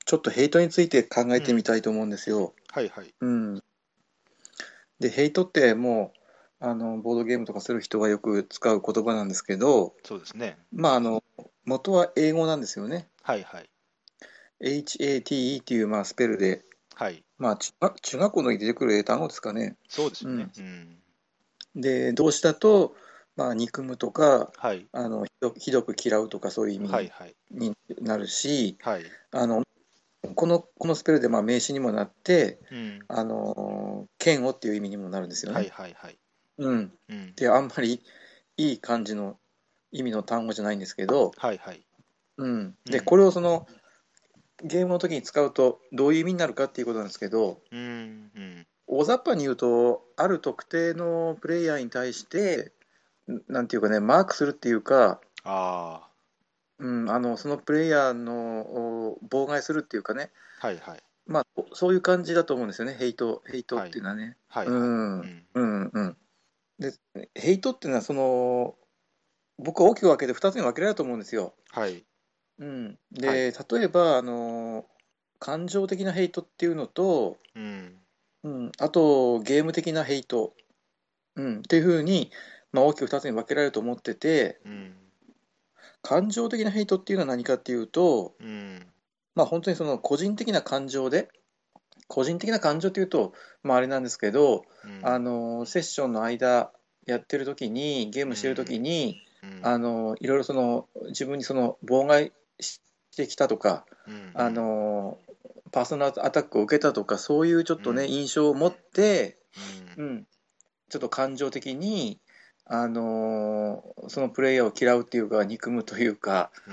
ちょっとヘイトについて考えてみうん。 たいと思うんですよ。 はいはい。 うん。で、ヘイトってもう、ボードゲームとかする人がよく使う言葉なんですけど、 そうですね。 まあ、元は英語なんですよね。 はいはい。 HATE っていう、まあ、スペルで、 はい。 まあ、中学校の時出てくる英単語ですかね。 そうですよね。 うん。 うん。 で、動詞だと、まあ、憎むとか、 はい。 ひどく嫌うとかそういう意味はいはい。 になるし、 はい。 あの、このスペルでまあ名詞にもなって、 うん。 嫌悪っていう意味にもなるんですよはいね。 はいはい。 うん。 うん。 で、あんまりいい感じの意味の単語じゃないんですけど、 はいはい。 うん。で、こうん。 れをそのゲームの時に使うとどういう意味になるかっていうことなんですけど、 うん。うん。 大雑把に言うと、ある特定のプレイヤーに対して、なんていうかね、マークするっていうか、 あうん、そのプレイヤーの妨害するっていうかね、 あ。はいはい。 まあ、そういう感じだと思うんですよね、ヘイトっはい。 ていうのはね。うはいはい。 ん、うん、 うん。 うん。で、ヘイトっていうのは、僕は大きく分けて2つに分けられると思うんですよ。 はい。 うん。 はい。 で、例えば、感情的なヘイトっていうのと、 うん。 うん、あと、ゲーム的なヘイト、うん、っていうふうに、まあ、大きく2つに分けられると思ってて、 うん。 感情的なヘイトっていうのは何かっていうと、 うん。 まあ、本当にその個人的な感情っていうと、まあ、あれなんですけど、 うん。 セッションの間やってる時に、ゲーうムしてる時ん。 に、 うん。 いろいろ自分に妨害してきたとか、 うん。うん。 あの、パーソナルアタックを受けたとか、そういうちょっとね、 うん。 印象を持って、 うん。 うん、ちょっと感情的に、そのプレイヤーを嫌うっていうか、憎むというか、 うん。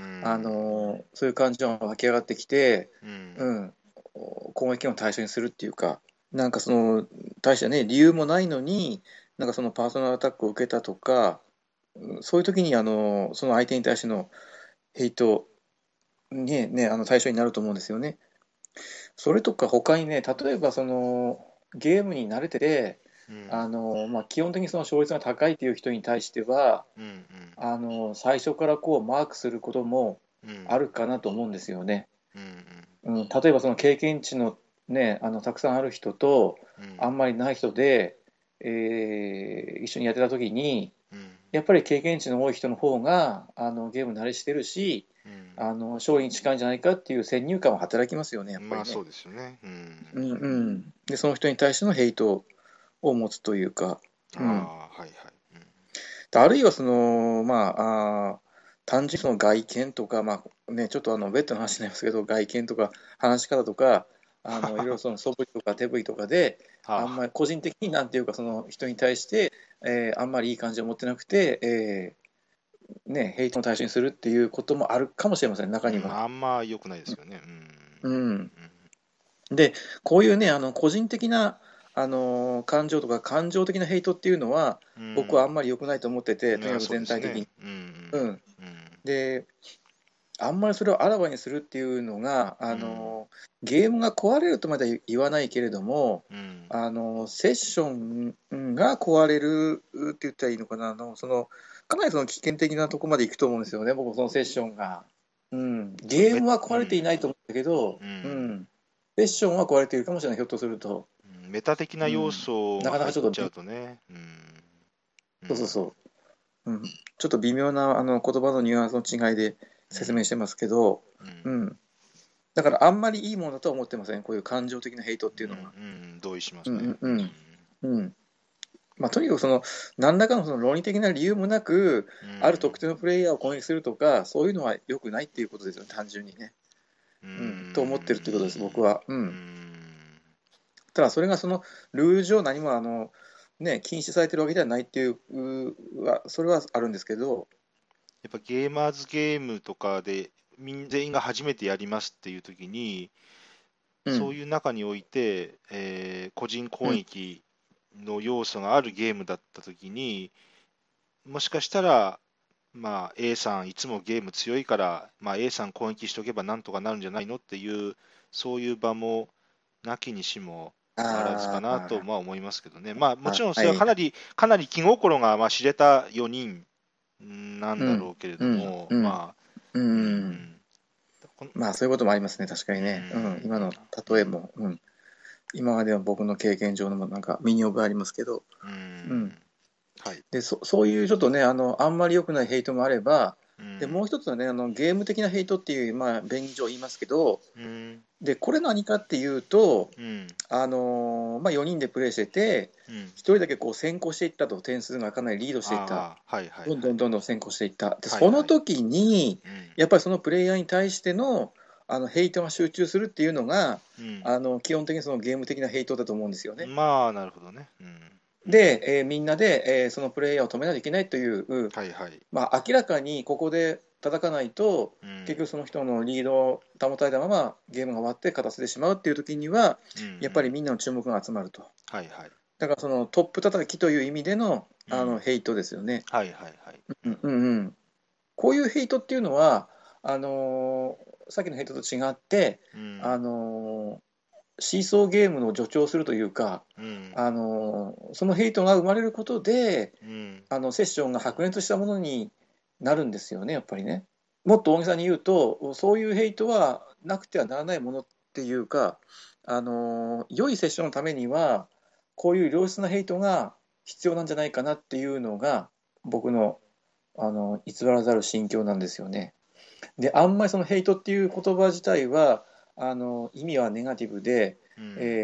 そういう感情が湧き上がってきて、 うん。 うん、攻撃の対象にするっていうか、なんか大したね、理由もないのに、なんかそのパーソナルアタックを受けたとか、そういう時にその相手に対してのヘイトにね、対象になると思うんですよね。それとか他にね、例えばゲームに慣れてて、 うん。 まあ、基本的にその勝率が高いという人に対しては、 うん。 最初からこうマークすることもうん。 あるかなと思うんですよね。 うん。 うん、例えばその経験値のね、たくさんある人とうん。 あんまりない人で、一緒にやってた時に、 うん。 やっぱり経験値の多い人の方がゲーム慣れしてるし、 うん。 勝利に近いんじゃないかっていう先入観は働きますよね、やっぱりね。 まあそうですよね。うん。 うんうん。で、その人に対してのヘイトを持つというか、うん。 ああ、はいはい。 あるいはま単純にその外見とか、まあね、ちょっとベッドの話になりますけど、外見とか話し方とか、いろいろその素振りとか手振りとかで、あんまはあ。 り個人的になんていうか、その人に対して、あんまりいい感じを持ってなくて、ね、ヘイトの対象にするっていうこともあるかもしれません、中うん、 には。 あんま良くないですよね。 うん。で、こういうね、個人的な、感情とか感情的なヘイトっていうのは、 うん。 僕はあんまり良くないと思ってて、 うん。いや、 とにかくそう全体的に。 ですね。うん。 うん。 うん。 で、あんまりそれをあらわにするっていうのが、 うん。 ゲームが壊れるとまでは言わないけれども、 うん。 セッションが壊れるって言ったらいいのかな、かなりその危険的なところまで行くと思うんですよね、僕、そのセッションが。うん、 そう、 ゲームは壊れていうん。 ないと思うんだけど、 うん。 うん、セッションは壊れているかもしれない、ひょっとすると。 うん、メタ的な要うん、な素が入っちゃかなかちょっとうとね。うん。うん。 そうそうそう、うん、ちょっと微妙な言葉のニュアンスの違いでうん。 説明してますけど、 うん。 うん、だからあんまりいいものだとは思ってません、こういう感情的なヘイトっていうのは。 うん。同意しまうんすね。 うんうん。うん。まあ、とにかく何らかのその論理的な理由もなく、 うん。 ある特定のプレイヤーを攻撃するとか、そういうのは良くないっていうことですよね、単純にね。 ううん。と思ってるっていうことです、僕ん。 は。ううん。 ん。 ただ、それがルール上何もね、禁止されてるわけではないっていう、それはあるんですけど、 やっぱゲーマーズゲームとかで全員が初めてやりますっていう時に、 うん。 そういう中において、個人攻うん。 撃の要素があるゲームだった時に、もしかしたら、まあ、A さんいつもゲーム強いから、まあ、A さん攻撃しとけばなんとかなるんじゃないのっていう、そういう場もなきにしもあらずかなと、 あまあ、思いますけどね。まあ、もちろんそれははい。 かなり気心がまあ知れた4人なんうん。 だろうけれうん。 ども、 うん。 まあ、 ううん。 ん、 まあそういうこともありますね、確かうにね。うん、今ん、 の例えも、うん、今までの僕の経験上のもなんか身に覚えありますけど、 ううん。 ん、はい、 で、そういうちょっとね、あんまり良くないヘイトもあれば、で、もうん、 う一つはね、ゲーム的なヘイトっていう、まあ、便宜上言いますけど、 うん、 で、これ何かっていうと、 うん、 まあ、4人でプレイしてて、 うん、 1人だけこう先行していったと、点数がかなりリードしていった。 ああ、はいはいどんはい、 どんどんどん先行していった。で、そのはいはい、 時に、 うん、 やっぱりそのプレイヤーに対しての、ヘイトが集中するっていうのが、 うん、 基本的にそのゲーム的なヘイトだと思うんですよね。 まあ、なるほどね、うん、うん、 で、みんなで、そのプレイヤーを止めないといけないという、 はいはい、 まあ、明らかにここで叩かないと、 うん、 結局その人のリードを保たれたままゲームが終わって勝たせてしまうっていう時には、 うん、うやっぱりん、 みんなの注目が集まると。 はいはい、 だからそのトップ叩きという意味での、 うん、 ヘイトですよね。 はいはいはい、うん、 うんうんうん。こういうヘイトっていうのは、さっきのヘイトと違って、 うん、 あのシーソーゲームの助長するというか、 うん、 そのヘイトが生まれることで、 うん、 セッションが白熱したものになるんですよね、やっぱりね。もっと大げさに言うと、そういうヘイトはなくてはならないものっていうか、良いセッションのためには、こういう良質なヘイトが必要なんじゃないかなっていうのが、僕の、偽らざる心境なんですよね。で、あんまりそのヘイトっていう言葉自体は、意味はネガティブで、 うん、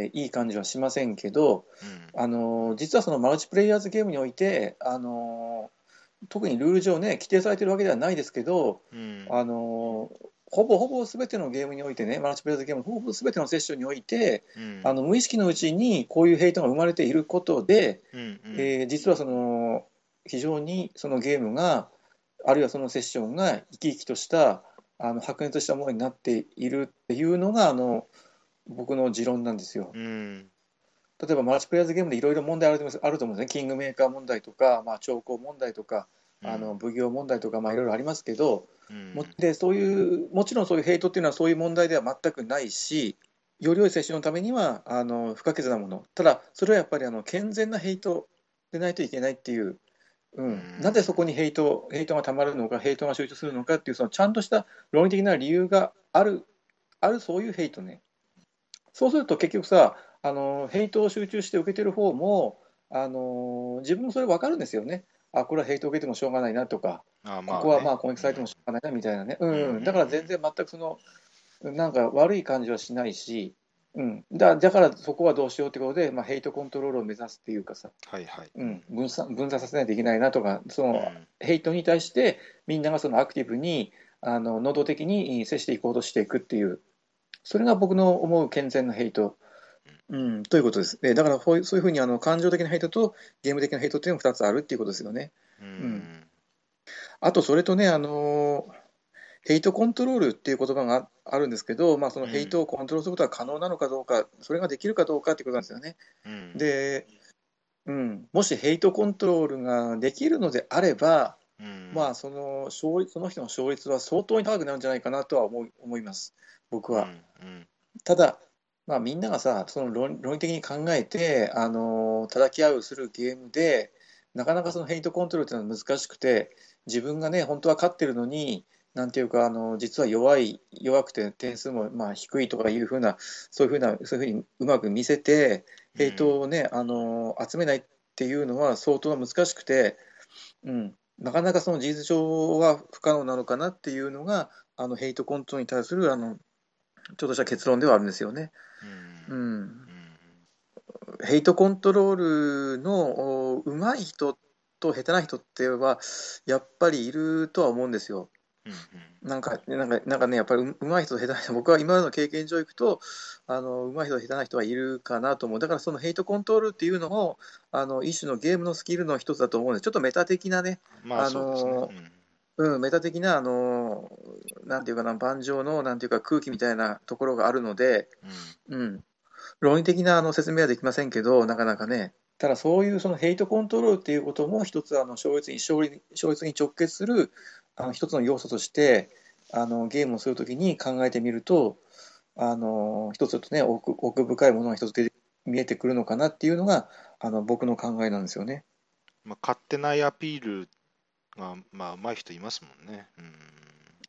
いい感じはしませんけど、 うん、 実はそのマルチプレイヤーズゲームにおいて、特にルール上ね、規定されてるわけではないですけど、 うん、 あのほぼほぼ全てのゲームにおいてね、マルチプレイヤーズゲームのほぼほぼ全てのセッションにおいて、 うん、 無意識のうちにこういうヘイトが生まれていることで、 うん、うん、 実はその非常にそのゲームが、あるいはそのセッションが生き生きとした白熱したものになっているっていうのが僕の持論なんですよ。 うん、 例えばマルチプレイヤーズゲームでいろいろ問題あると思うんですね。キングメーカー問題とか、まあ、兆候問題とか、 うん、 奉行問題とか、まあ、いろいろありますけど、 うん、 もちろんそういうヘイトっていうのはそういう問題では全くないし、より良い接種のためには不可欠なもの。ただ、それはやっぱり健全なヘイトでないといけないっていう、 うなぜそこん、 にヘイトがたまるのか、ヘイトが集中するのかっていう、そのちゃんとした論理的な理由があるそういうヘイトね。そうすると結局さ、ヘイトを集中して受けてる方も、自分もそれ分かるんですよね。あ、これはヘイトを受けてもしょうがないなとか、 あ、 ここはままあね、 あ攻撃されてもしょうがないなみたいなね。 うん、うん、うだから全ん、 然全くなんか悪い感じはしないし、だからそこはどうしようってことで、まあ、ヘイトコントロールを目指すっていうかさ、 はいはい、うん、 分散させないといけないなとか、そのうん、 ヘイトに対してみんながそのアクティブに、能動的に接していこうとしていくっていう、それが僕の思う健全なヘイト、ということです。だからそういうふうに感情的なヘイトとゲーム的なヘイトっていうのが2つあるっていうことですよね。 ううん。 ん、 あと、それとね、ヘイトコントロールっていう言葉があるんですけど、まあ、そのヘイトうん、 をコントロールすることは可能なのかどうか、それができるかどうかっていうことなんですよね。 うん、 で、もしヘイトコントロールができるのであれば、 うん、 まあ、その人の勝率は相当に高くなるんじゃないかなとは思います、僕は。 うん、うん、 ただ、まあ、みんながさ、その論理的に考えて、叩き合うするゲームで、なかなかそのヘイトコントロールっていうのは難しくて、自分がね、本当は勝ってるのに、なんていうか、実は弱くて点数もまあ低いとかいうふうな、そういうふうにうまく見せて、ヘイトをね、集めないっていうのは相当難しくて、なかなかその事実上は不可能なのかなっていうのが、ヘイトコントロールに対する、ちょっとした結論ではあるんですよね。 うん、 うん。 うん、 ヘイトコントロールの上手い人と下手な人っては、やっぱりいるとは思うんですよ。 うん、 なんかね、やっぱり上手い人と下手な人、僕は今までの経験上いくと、上手い人と下手な人はいるかなと思う。だからそのヘイトコントロールっていうのも、一種のゲームのスキルの一つだと思うんです。ちょっとメタ的なね、 まああそうですね、 の、メタ的な、なんていうかな、盤上の、なんていうか空気みたいなところがあるので、 うん、 うん。論理的な説明はできませんけど、なかなかね。ただそういうそのヘイトコントロールっていうことも一つ勝率に直結する一つの要素としてゲームをするときに考えてみると一つとね奥深いものが一つ見えてくるのかなっていうのが僕の考えなんですよね。 まあ、勝ってないアピールが、まあ、上手い人いますもんね。うん。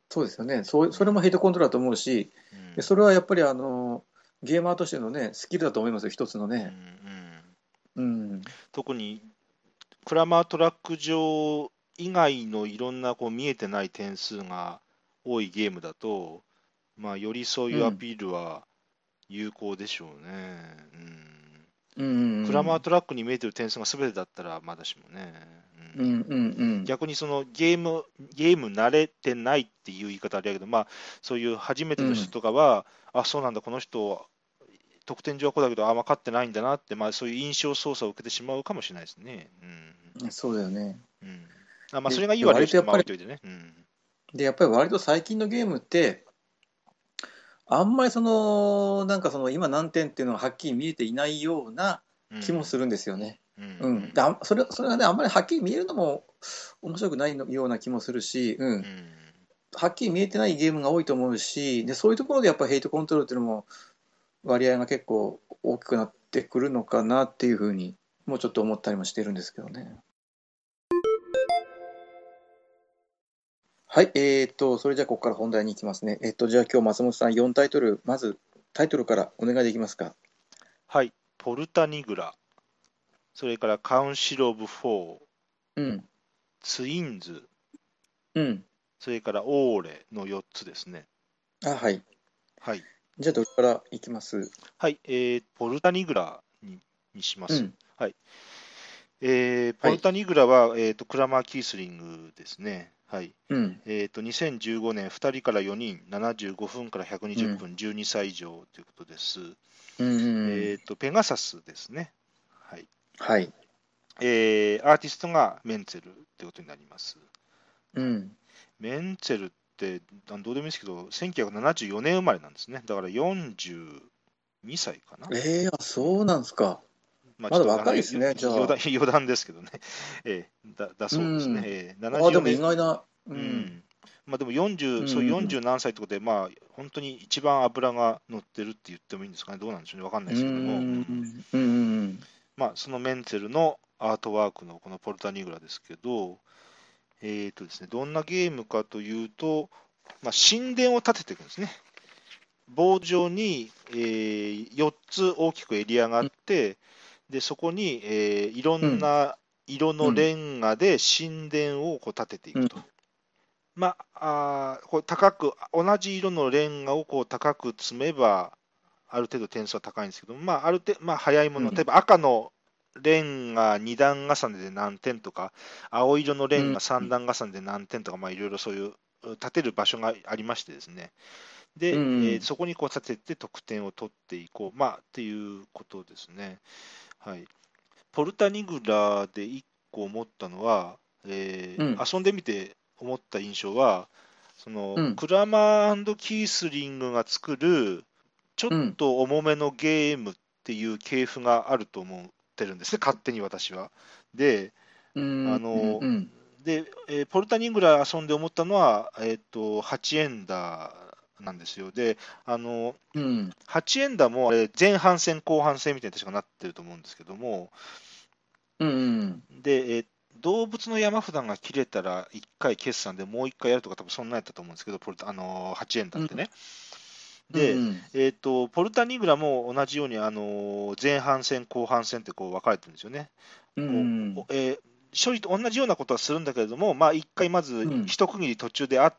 そうですよね。 うそれもヘイトコントロールだと思うし、 んそれはやっぱりゲーマーとしてのね、スキルだと思いますよ、一つのうんうね。 ん、 うん。 特にクラマートラック上以外のいろんなこう見えてない点数が多いゲームだと、まあ、よりそういうアうん。 ピールは有効でしょうね。 うん。 クラマーうん。 トラックに見えてる点数が全てだったらまだしもね。 うん。うん。うん。 逆にそのゲーム慣れてないっていう言い方あれやけど、まあ、そういう初めての人うん。 とかは、あ、そうなんだ、この人、得点上はこうだけど、あ、分かってないんだなって、まあ、そういう印象操作を受けてしまうかもしれないですね。 そうだよね。 まあ、それで、 がいい悪いはちょっと割とやっぱり、 まあ置いといてね。 やっぱり割と最近のゲームって、あんまりなんか今何点っていうのがはっきり見えていないようなうん。 気もするんですよね。 うん。うん。 うん。それがね、あんまりはっきり見えるのも面白くないような気もするし、うん。 うん。 はっきり見えてないゲームが多いと思うし、で、そういうところでやっぱヘイトコントロールっていうのも割合が結構大きくなってくるのかなっていうふうに、もうちょっと思ったりもしてるんですけどね。はい、それじゃあここから本題に行きますね。じゃあ今日松本さん4タイトル、まずタイトルからお願いできますか。 はい。ポルタニグラ、それからカウンシル・オブ・フォー、 うん、 ツインズ、 うん。 それからオーレの4つですね。 あ、はい。 はい。 じゃあどれからいきます？ はい。ポルタニグラにします。 うん、 はい。ポルはい。 タニグラは、クラマー・キースリングですね。はい。 うん、 2015年、2人から4人、75分から120 うん、 分、12歳以上ということです。 うん、うん。 ペガサスですね。はい。 はい。 アーティストがメンツェルってことになります。はい。 うん。 メンツェルってどうでもいいですけど、1974年生まれなんですね。だから42歳かな。うん。 そうなんですか。まだまあちょっと若いですね、じゃあ。 余談ですけどね。だうそうですね。 ん。あ、 70 でも意年、 外な、うん、 うん。まあでも40、そううん、 40何歳ってことで、まあ本当に一番脂が乗ってるって言ってもいいんですかね。どうなんでしょうね。わかんないうですけども。 ん、うん、 まあそのメンツェルのアートワークのこのポルタニグラですけど、ですね、どんなゲームかというと、まあ、神殿を建てていくんですね。棒状に、4つ大きくエリアがあって、でそこに、いろうん、 んな色のうん、 レンガで神殿をこう建てていうん、 くと。まあ、こう高く、同じ色のレンガをこう高く積めば、ある程度点数は高いんですけど、まあ、ある程度、まあ、早いもの、例えうん、 ば赤のレンガ2段重ねで何点とか、青色のレうん、 ンガ3段重ねで何点とか、まあ、いろいろそういう立てる場所がありましてですね。で、 うん、 そこにこう立てて得点を取っていこう、まあ、っていうことですね。はい。ポルタニグラで1個思ったのは、 うん、 遊んでみて思った印象は、そのうん、 クラマーキースリングが作るちょっうん、 と重めのゲームっていう系譜があると思ってるんですね、勝手に私は。で、 うん、 あうん、 のうん、 ポルタニングラ遊んで思ったのは、8エンダーなんですよ。で、 うん、 8エンダーも前半戦、後半戦みたいに確かなってると思うんですけども、 うん、 で、動物の山札が切れたら1回決算でもう1回やるとか、多分そんなんやったと思うんですけど、8エンダーってね。で、 うん、 ポルタニグラも同じように、前半戦、後半戦ってこう分かれてるんですよね。 うこう、 ん、 処理と同じようなことはするんだけれども、まあ、1回まずうん。 一区切り途中であって、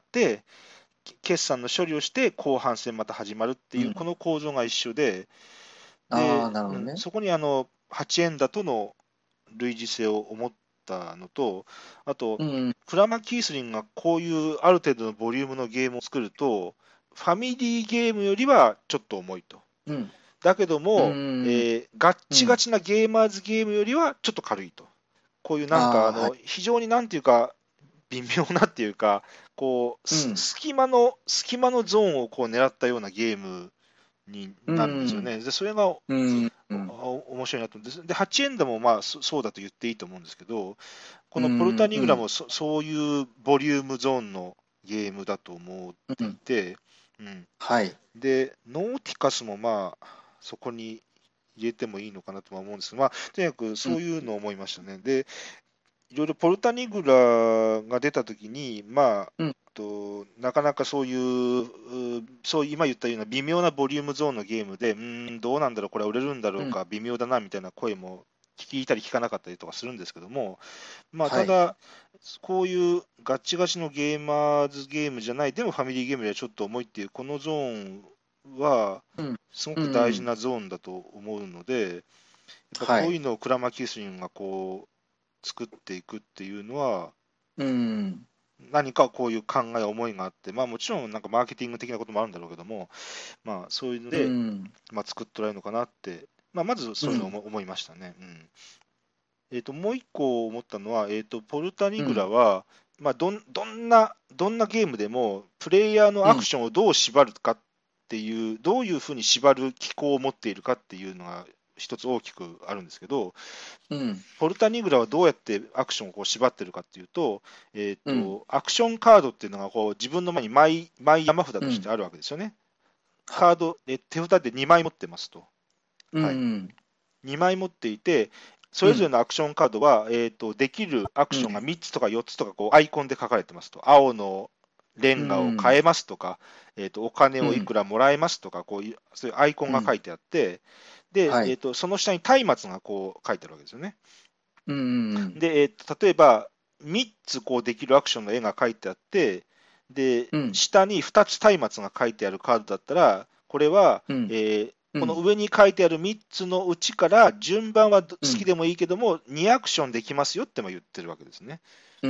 決算の処理をして、後半戦また始まるっていう、 うん。 この構造が一緒で、 ああ、 で、 なるほどね。 そこに8円だとの類似性を思ったのと、あと、 うん、 クラマ・キースリンがこういうある程度のボリュームのゲームを作ると、ファミリーゲームよりはちょっと重いと。 うん、 だけどうも、 ん、 ガッうん。 チガチなゲーマーズゲームよりはちょっと軽いと。こういうなんかああ、はい。 非常になんていうか、微妙なっていうか、こう、 うん、 隙間のゾーンをこう狙ったようなゲームにうなるんですよん、 ね。で、それがうん、うん、 面白いなと思うんです。で、8エンドもまあそうだと言っていいと思うんですけど、こうのポルタん、 ニグラもうん、 そういうボリュームゾーンのゲームだと思っていうん。 て、うん、 はい。 で、ノーティカスもまあそこに入れてもいいのかなとは思うんですが、まあ、とにかくうん、 そういうのを思いましたね。で、 いろいろポルタニグラが出たときに、 うん、 なかなかそういう、そう今言ったような微妙なボリュームゾーンのゲームで、どうなんだろう、これは売れるんだろうん、 うか、微妙だなみたいな声も聞いたり聞かなかったりとかするんですけども、 はい。 ただ、こういうガチガチのゲーマーズゲームじゃない、でもファミリーゲームではちょっと重いっていう、このゾーンは、 うん、 すごうく大事ん、 なゾーンだと思うので、やっぱはい。 こういうのをクラマキースリンがこう作っていくっていうのは、 うん、 何かこういう考え、思いがあって、もちろんなんかマーケティング的なこともあるんだろうけども、そういうのうで、 ん、 作ってられるのかなって、まずそういうのをうん、 思いましたね。もう一個思ったのは、ポルタニグラうん、 は、どんなゲームでも、プレイヤーのうん、 アクションをどう縛るかっていう、どういうふうに縛る機構を持っているかっていうのが一つ大きくあるんですけど、 うん、 ポルタニグラはどうやってアクションをこう縛ってるかっていうと、 うん、 アクションカードっていうのがこう自分の前にマイ山札うん、 としてあるわけですよね。 は、 カード、手札で2枚持ってますと。はい。 うん、 2枚持っていて、それぞれうん、 のアクションカードは、できるアクうん、 ションが3つとか4つとかこうアイコンで書かれてますと。青のレうンガを買ん、 えますとか、お金をいうん、 くらもらえますとか、こういう、そういうアイコンうん、 が書いてあって、で、 はい。 その下に松明がこう書いてあるわけですよね。 うん、 で、例えば、3つこうできるアクションの絵が書いてあって、で、 うん、 下に2つ松明が書いてあるカードだったら、これは、 うん、 このうん、 上に書いてある3つのうちから、順番は好うん、 きでもいいけども、2アクションできますよっても言ってるわけですね。 うん、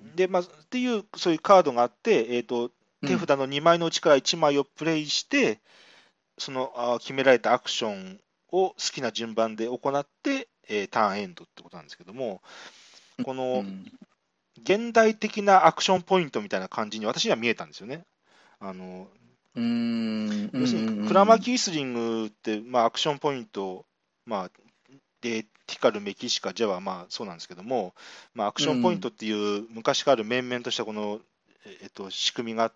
で、っていう、そういうカードがあって、 うん、 手札の2枚のうちから1枚をプレイして、その決められたアクションを好きな順番で行って、ターンエンドってことなんですけども、このうん、 現代的なアクションポイントみたいな感じに私には見えたんですよね。あのうん、う要するに、クラマん、 キースリングって、アクションポイント、で、ティカル、メキシカ、ジャワ、そうなんですけども、アクションポイントっていう昔からある面々としたこの、仕組みがあって、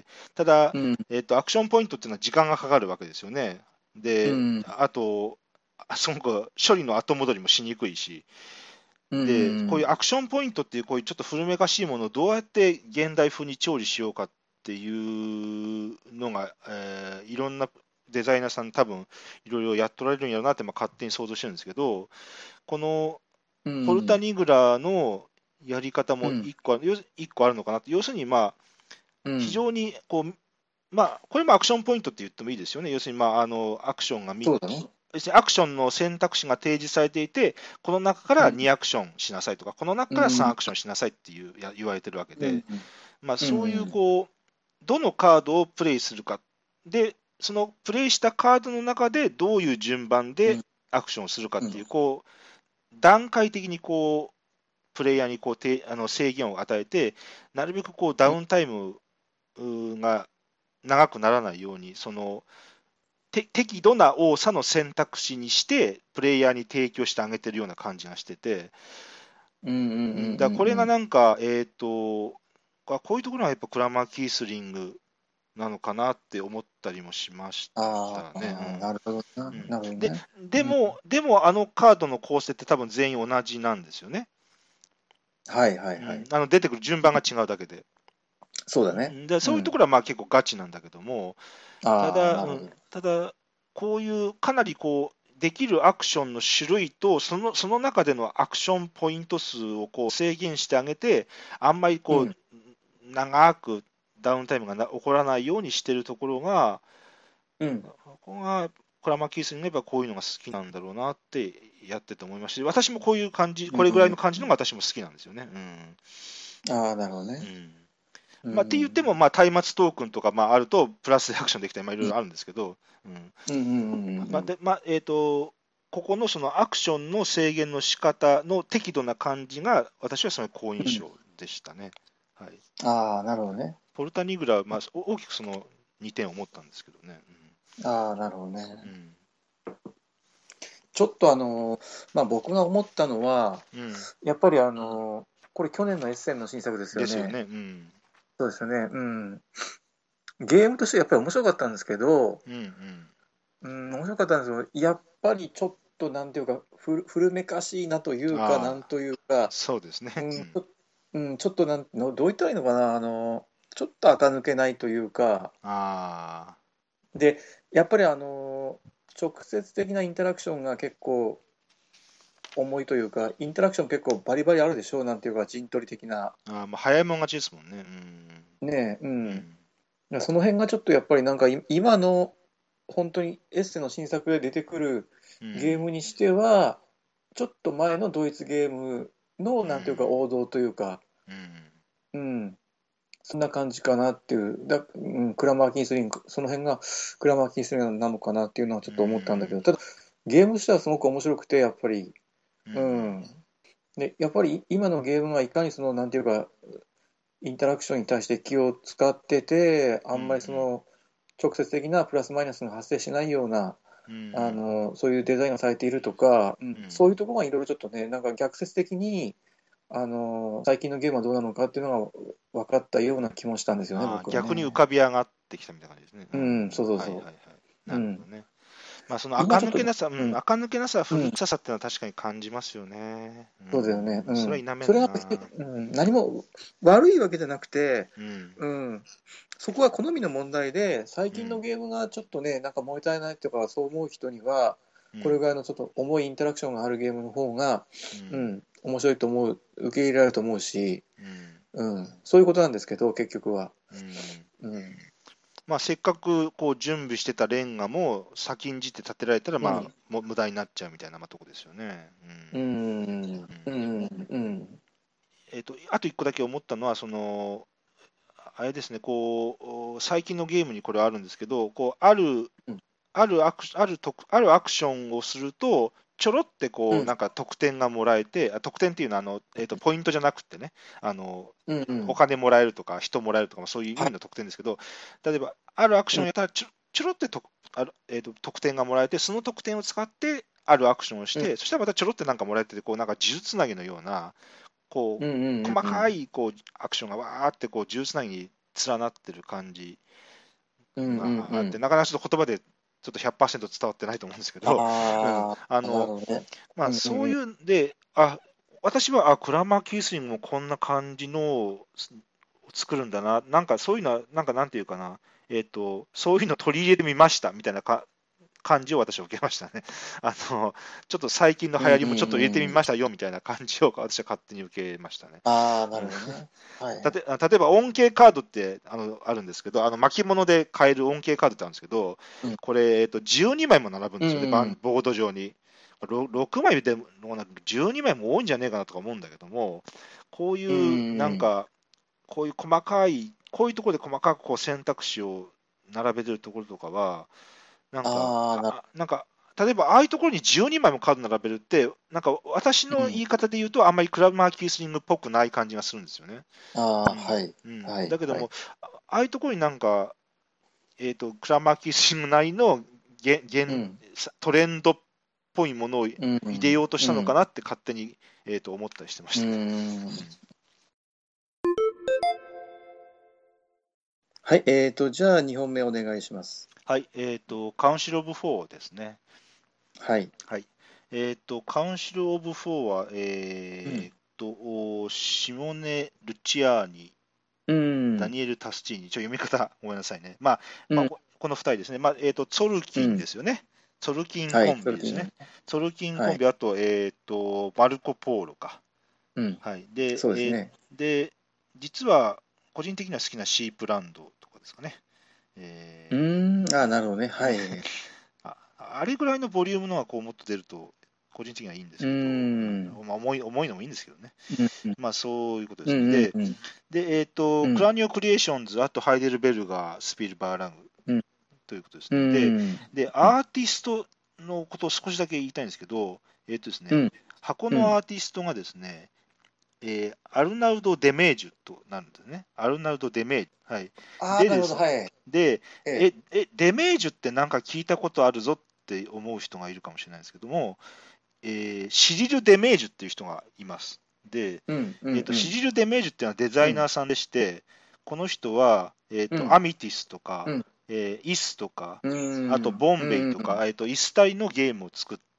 ただ、 うん、 アクションポイントっていうのは時間がかかるわけですよね。で、 うん、 あと、すごく処理の後戻りもしにくいし、 うで、こういうん、 アクションポイントっていう、こういうちょっと古めかしいものをどうやって現代風に調理しようかっていうのが、いろんなデザイナーさん、多分いろいろやっとられるんやろうなって、勝手に想像してるんですけど、このうポルタん、 ニグラのやり方もうん、 一個あるのかなって、要するに、非うん、 常にこう、これもアクションポイントって言ってもいいですよね。要するに、アクションが3つ、 そうだね。 要するにアクションの選択肢が提示されていて、この中からうん、 2アクションしなさいとか、この中から3 うん、 アクションしなさいっていう言われてるわけうん、 で、 うそういうん、 こう、どのカードをプレイするか、で、そのプレイしたカードの中でどういう順番でうん、 アクションをするかっうん、 ていう、こう、段階的にこう、プレイヤーにこう制限を与えて、なるべくこうダウンタイムが長くならないように、その適度な多さの選択肢にして、プレイヤーに提供してあげてるような感じがしてて、 うん、うん、うん、 だからこれがうん。 なんか、こういうところがやっぱクラマー・キースリングなのかなって思ったりもしましあたね。 あ、なるほどな、なるほどで、 ね。うん、 でもあのカードの構成って多分全員同じなんですよね。 はい、はい、はい。 出てくる順番が違うだけで。 そうだね。 そういうとうん。 ころは結構ガチなんだけども、 ああ、なるほど。 ただ、こういうかなりこう、できるアクションの種類と、その中でのアクションポイント数をこう制限してあげて、あんまりこう、 うん、 長くダウンタイムが起こらないようにしてるところが、 うん。 ここが、クラマキースに言えばこういうのが好きなんだろうなってやってて思いましたし、私もこういう感じ、 うん、 これぐらいの感じのうん。 が私も好きなんですよね。 ああ、なるほどね。うって言ってん。 も、松明トークンとか、あると、プラスでアクションできたり、いろいろあるんですけど、 うん、うん、うん、うん。 ここのそのアクションの制限の仕方の適度な感じが、私はその好うん。 印象でしたね。はい、 ああ、なるほどね。 ポルタニグラは、大きくその2点を持ったんですけどね。 ああ、なるほどね。 うん。 ちょっと僕が思ったのは、やっぱりこれ去年のエッセンの新作ですよね。 ですよね。 そうですよね。うん。ゲームとしてやっぱり面白かったんですけど、 うん。 うん、面白かったんですけど、やっぱりちょっとなんていうか、古めかしいなというか、なんああ、 というか、 そうですね。 うん、 うん。 ちょっとどう言ったらいいのかな、ちょっと垢抜けないというか、 あで、やっぱり直接的なインタラクションが結構重いというか、インタラクション結構バリバリあるでしょう、なんていうか、陣取り的な。 まあ、早いもん勝ちですもんね。 ねえ、 うん。 その辺がちょっとやっぱりなんか今の本当にエッセの新作で出てくるうん。うゲーん。 ムにしては、ちょっと前のドイツゲームのうなんていうかん。 王道というか、 うん。 うん、そんな感じかなっていう、クラマー・キンスリング、その辺がクラマー・キンスリングなのかなっていうのはちうょっと思ったんだけど、 ん。 ただゲームとしてはすごく面白くて、やっぱり、 ううん。 ん。 で、やっぱり今のゲームがいかにその、なんていうか、インタラクションに対して気を使ってて、あうん。うんまりそん。 の直接的なプラスマイナスが発生しないような、 うん。 そういうデザインがされているとか、 うん。 そういうところがいろいろちょっとね、なんか逆説的に、最近のゲームはどうなのかっていうのが分かったような気もしたんですよね、僕は逆に浮ね。 かび上がってきたみたいな感じですね。 うん、そうそうそはいはいはい。 う。 なるほどね。まあ、その今ちょっと、 垢抜けなさ、 うん、 古臭さっていうのは確かに感じますよね。 そうだよね。 それは否めそれは、 んな。 何も悪いわけじゃなくて、 うん。 うん、そこは好みの問題で、最近のうん。 ゲームがちょっとね、なんか物足りないとか、そう思う人には、 うん。 これぐらいのちょっと重いインタラクションがあるゲームの方が、 うん。 面白いと思う、受け入れられると思うし、 うん。 そういうことなんですけど、結局は。 うん。 うん、 まあ、せっかくこう準備してたレンガも先んじて建てられたら、まあ、 うん、 もう無駄になっちゃうみたいな、まあ、とこですよね。 うん、 うん。 うん、うん、 あと一個だけ思ったのは、あれですね、こう、最近のゲームにこれあるんですけど、こう、 うん、 あるアクションをすると、ちょろってこう、 うん、 なんか得点がもらえて、得点っていうのはポイントじゃなくてね、 うん、うん、 お金もらえるとか、人もらえるとか、まあそういう意はい、 味の得点ですけど、例えば、あるアクシうん、 ョンをやったらちょろって得点がもらえて、その得点を使って、あるアクションをしうん、 て、そしたらまたちょろってなんかもらえて、こう、なんか呪術つなぎのような、こうん、 う、 うん、 細うん、 かいこうアクションがわーってこう呪術つなぎに連なってる感じうん、うん、 があって、 うん。 なかなかちょっと言葉でちょっと100%伝わってないと思うんですけど、うん、 ああ、なるほどね。 まあ、 うん、うん、 そういうん。 うんで、私は、クラマーキースリングもこんな感じのを作るんだな、なんかそういうのは、なんかなんていうかな、そういうの取り入れてみましたみたいな感じを私は受けましたね。ちょっと最近のうん、 流行りうもちょっと入れてみん、うん。 ましたよみたいな感じを私は勝手に受けましたね。 ああ、なうん。 るほどね。はい。 例えば音形カードってあるんですけど、巻物で買える音形カードってあるんですけど、 うん、 これ、12枚も並ぶんうですよね、 ん、 ボード上に。6枚でも12枚も多いんじゃねえかなとか思うんだけども、こういうう、なんん。 か、こういう細かい、こういうところで細かくこう選択肢を並べてるところとかは、なんか、 ああ、 なんか、例えば、ああいうところに12枚もカード並べるって、なんか私うん。 の言い方で言うと、あんまりクラブマーキースリングっぽくない感じがするんですよね。 ああ、 うん。 はい。 うん。 はい、 だけども、 はい。 ああいうところになんか、クラブマーキースリングなりのげ現うん、 トレンドっぽいものを入うん、 れようとしうん、 たのかなって勝手に、思ったりしてましうたね。 ん。 うん。 はい、じゃあ2本目お願いします。 はい、カウンシル・オブ・フォーですね。 はい。 はい。カウンシル・オブ・フォーは、 うん、 シモネ・ルチアーニ、 うん、 ダニエル・タスチーニ、読み方ごめんなさいね。まあ、 うん、 この2人ですね。まあ、ツォルキンうん。 ですよね。ツォルキンはい、 コンそれでいいね。 ビですね。ツォルキンはい。 コンビ、あと、マルコ・ポーロか。 うん、 はい。で、 そうですね。 実は、個人的には好きなシープランドとかですかね。 うえーん、ああ、なるほどね。 ーはい。 あれぐらいのボリュームのがこうもっと出ると、個人的にはいいんでうーすけど、 ん、 まあ、重いのもいいんですけどね。 うん、うん、 まあ、そういうことでうん、 すね。 うん、うん、 クラニオクリエーションズ、あとハイデルベルガー、スピルバーラングうん、 ということですうね。 ん、 アーティストのことを少しだけ言いたいんですけど、ですね、 うん、 箱うん。 のアーティストがですね、アルナルド・デメージュとなるんですね。アルナルド・デメージュ。はい。 ああ、なるほど、 でです。 はい。 で、 ええ。 デメージュってなんか聞いたことあるぞって思う人がいるかもしれないんですけども、シリル・デメージュっていう人がいます。で、 うん、うん、うん、 シリル・デメージュっていうのはデザうん、 イナーさんでして、この人は、 うん、 アミティスとか、 うん、 イスとか、 うあとん、 ボンベイうん、 とか、イスタイのゲームを作っ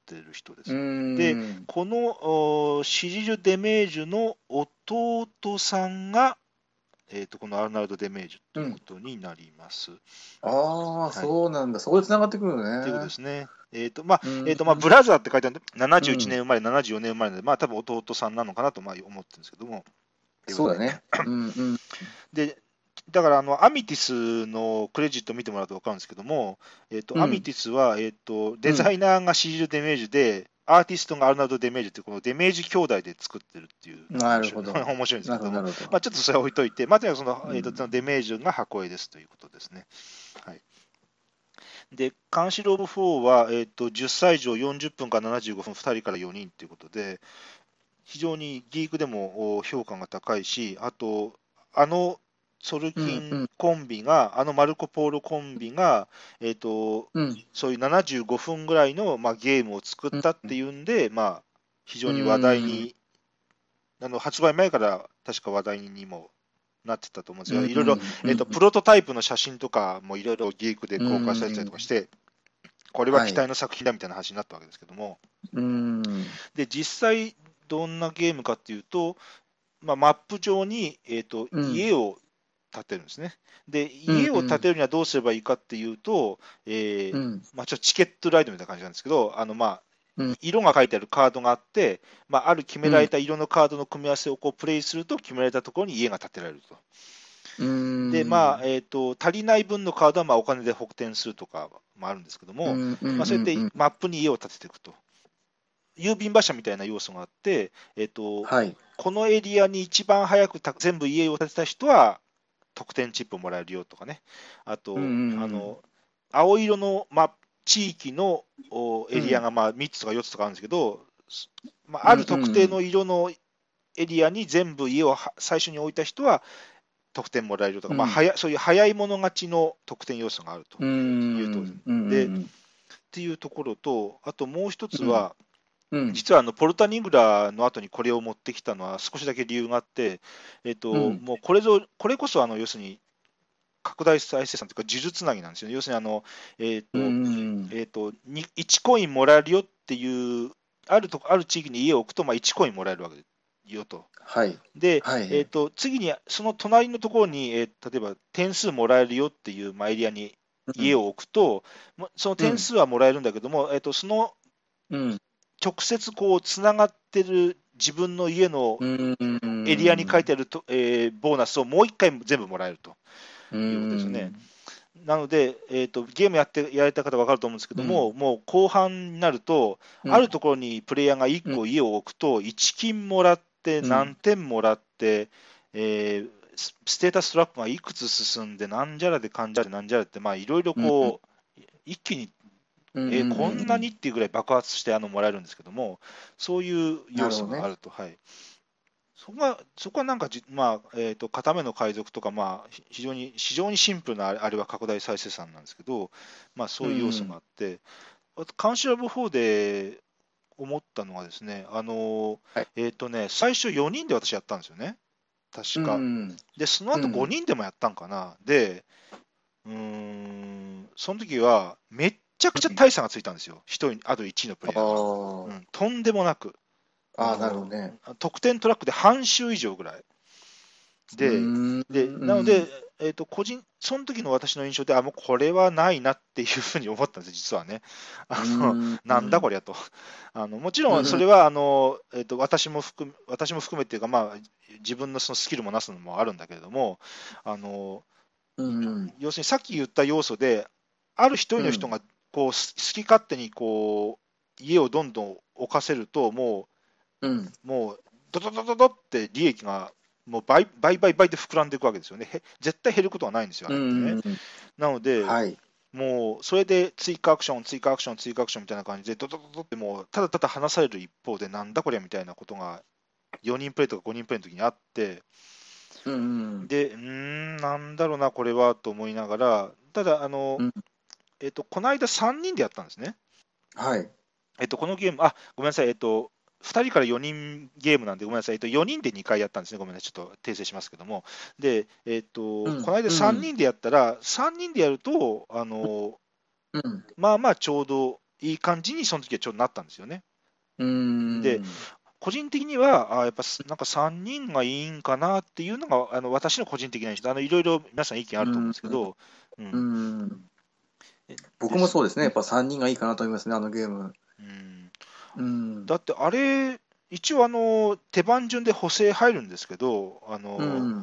ってる人でうす。で、 ん。 このシリル・デメージュの弟さんが、このアーノルド・デメージュということになります。 ああ、 はい。 そうなんだ。そこで繋がってくるということのね。 ですね。 うん。 ブラザーって書いてあるんで、71 うん。 年生まれ、74年生まれなので、まあ、多分弟さんなのかなとまあ思ってるんですけども。ということで、 そうだね。うんうん。 で、だからアミティスのクレジット見てもらうと分かるんですけども、アミうん。 ティスは、デうん。 ザイナーがシリル・デメージュで、アーティストがアルナルド・デメージュっていう、このデメージ兄弟で作ってるっていうのがな面白い、 るほど。 面白いんですなるほど、 けども、 なるほど。 まあ、ちょっとそれは置いといて、まずはそのうん。 デメージュが箱絵ですということですね。はい、で、カンシル・オブ・4は、10歳以上40分から75分、2人から4人ということで、非常にギークでも評価が高いし、あと、ソルキンうんうん。 コンビが、マルコ・ポーロコンビが、 うん。 そういう75分ぐらいの、まあ、ゲームを作っうん。 たっていうんで、まあ、非う常に話題ん。 に、発売前から確か話題にもなってたと思うんですが、 うん。 いろいろ、 うん。 プロトタイプの写真とかもいろいろギークでう公開されてたりとかして、これははい。 期待の作品だみたいな話になったわけですけども、 うん。 で、実際、どんなゲームかっていうと、まあ、マップ上に、 うん。 家を建てるんですね。で、 うん。 家を建てるにはどうすればいいかっていうと、 うん。 まあ、ちょっとチケットライドみたいな感じなんですけど、まあ、 うん。 色が書いてあるカードがあって、まあ、ある決めうん。 られた色のカードの組み合わせをこうプレイすると、決められたところに家が建てられると。 うで、まあ、 ん。 足りない分のカードはまあお金で補填するとかもあるんですけども、 うん。うまあ、そうやってん。 マップに家を建てていくと。郵便馬車みたいな要素があって、 はい。 このエリアに一番早く全部家を建てた人は得点チップもらえるよとかね、あうん。 と、 うん。 青色の、まあ、地域のエリアうん。 がまあ3つとか4つとかあるんですけど、まあ、 うん。 ある特定うん。 の色のエリアに全部家を最初に置いた人は得点もらえるとか、まあ、 うん。 そういう早い者勝ちの得点要素があるとういうところん。うで、っん。 ていうところと、あともう一つうん。 は、 うん。 実はポルタニグラの後にこれを持ってきたのは少しだけ理由があって、 うん。 もうこれこそ要するに拡大再生産というか、呪術つなぎなんですよね。要するにえっうとん。 1コインもらえるよっていう、ある地域に家を置くと、まあ、1コインもらえるわけよと。 はい。 で、 はい。 次にその隣のところに、例えば点数もらえるよっていう、まあ、エリアにうん。 家を置くと、そのうん。 点数はもらえるんだけども、そのうん。 直接こうつながってる自分の家のうん。 エリアに書いてあると、ボーナスをもう一回全部もらえるとういうことですよね。 ん。 なので、ゲームやられた方分かると思うんですけども、 うん。 もう後半になると、 うん。 あるところにプレイヤーが1 うん。 個家を置くと、1金もらって、 うん。 何点もらって、ステータストラックがいくつ進んで、なんじゃらでかんじゃらでなんじゃらって、まあ、いろいろうん。 こう、一気に、 うん。 こんなにっていうぐらい爆発してもらえるんですけども、そういう要なるほどね。 素があると。はい、そこはなんかまあ片目の海賊とか、まあ、非常にシンプルなあれは拡大再生産なんですけど、まあ、 うそういう要素があん。 って、あと、カンシラブ4で思ったのはですね、 はい。 最初4人で私やったんですよね、確うか。 ん。 で、その後うん。 5人でもやったんかな。で、その時はめっちゃくちゃ大差がついたんですよ、あと1位のプレイヤーが。 あとんでもなく。 あ。ああ、なるほどね。 得点トラックで半周以上ぐらい。 うで、 ん。うなので、 ん。 その時の私の印象で、もうこれはないなっていうふうに思ったんです、実はね。 うなんだん。 こりゃと。もちろん、そうん。 れは私も含めっていうか、まあ、自分のそのスキルもなすのもあるんだけれども、あのうん。 要するにさっき言った要素で、ある一人うん。 の人がこう好き勝手にこう家をどんどん置かせると、 うん。 もうドドドドドって利益がもう倍で膨らんでいくわけですよね。絶対減ることはないんですよ、あうれってね。 ん。 なので、 はい。 もうそれで追加アクション、追加アクション、追加アクションみたいな感じで、ドドドドってもうただただ話される一方で、なんだこりゃみたいなことが4人プレイとか5人プレイの時にあって、 うん。 で、なんだろうな、これはと思いながら、ただ、 うん。 この間3人でやったんですね。 はい。 このゲーム、ごめんなさい、2人から4人ゲームなんで、ごめんなさい、4人で2回やったんですね、ごめんなさい、ちょっと訂正しますけども。で、 うん。 この間3 うん。 人でやったら、3人でやると、 うん。 まあまあちょうどいい感じにその時はちょっとなったんですよね。 うーで、 ん。 個人的には、やっぱなんか3人がいいんかなっていうのが、私の個人的な印象で、いろいろ皆さん意見あると思うんですけど、ううーん、 ん。僕です。 もそうですね。やっぱ3人がいいかなと思いますね、あのゲーム。 うん、 うん。 だってあれ、一応手番順で補正入るんですけど、 うん。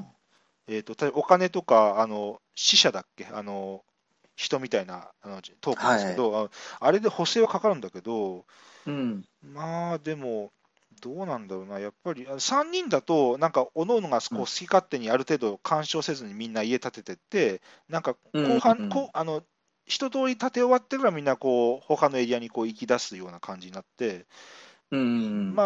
例えばお金とか、死者だっけ、人みたいなトークンですけはい。 ど、あれで補正はかかるんだけど、 うん。 まあでも、どうなんだろうな、やっぱり3人だと、なんか、各々がこう好うん。 き勝手にある程度干渉せずにみんな家建ててって、なんかうん。 後半、 うん。 一通り建て終わってからみんなこう他のエリアにこう行き出すような感じになって、 うん。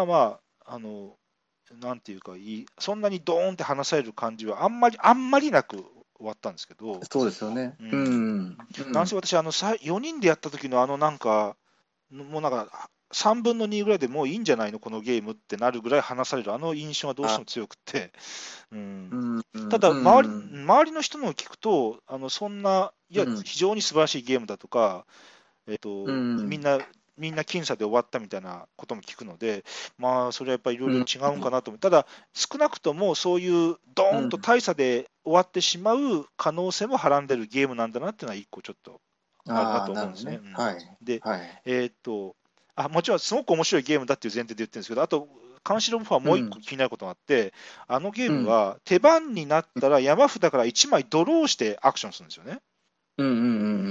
まあまあ、なんていうかそんなにドーンって話される感じはあんまりなく終わったんですけど、 そうですよね。ううん、 ん。うん。 なんせ私、4人でやった時のなんか、もうなんか3分の2ぐらいでもういいんじゃないの、このゲームってなるぐらい話される印象がどうしてあ、 も強くて、うん、 うん。うん。 ただうん。 周りの人のを聞くと、そんな、いや、 うん。 非常に素晴らしいゲームだとか、 うん。 みんな僅差で終わったみたいなことも聞くので、まあ、それはやっぱりいろいろうん。 違うんかなと思う。ただ、少なくともそういうドーンとうん。 大差で終わってしまう可能性もはらんでるゲームなんだなっていうのは、一個ちょっとあるなああ、 と思うんですね。 なるほどね。 うん、 はい。 で、 はい。 もちろんすごく面白いゲームだっていう前提で言ってるんですけど、あと、監視ロボファーもう一個うん。 気になることがあって、あのゲーうん。 ムは手番になったら山札から1枚ドローしてアクションするんですよね。 うん。うん。うん。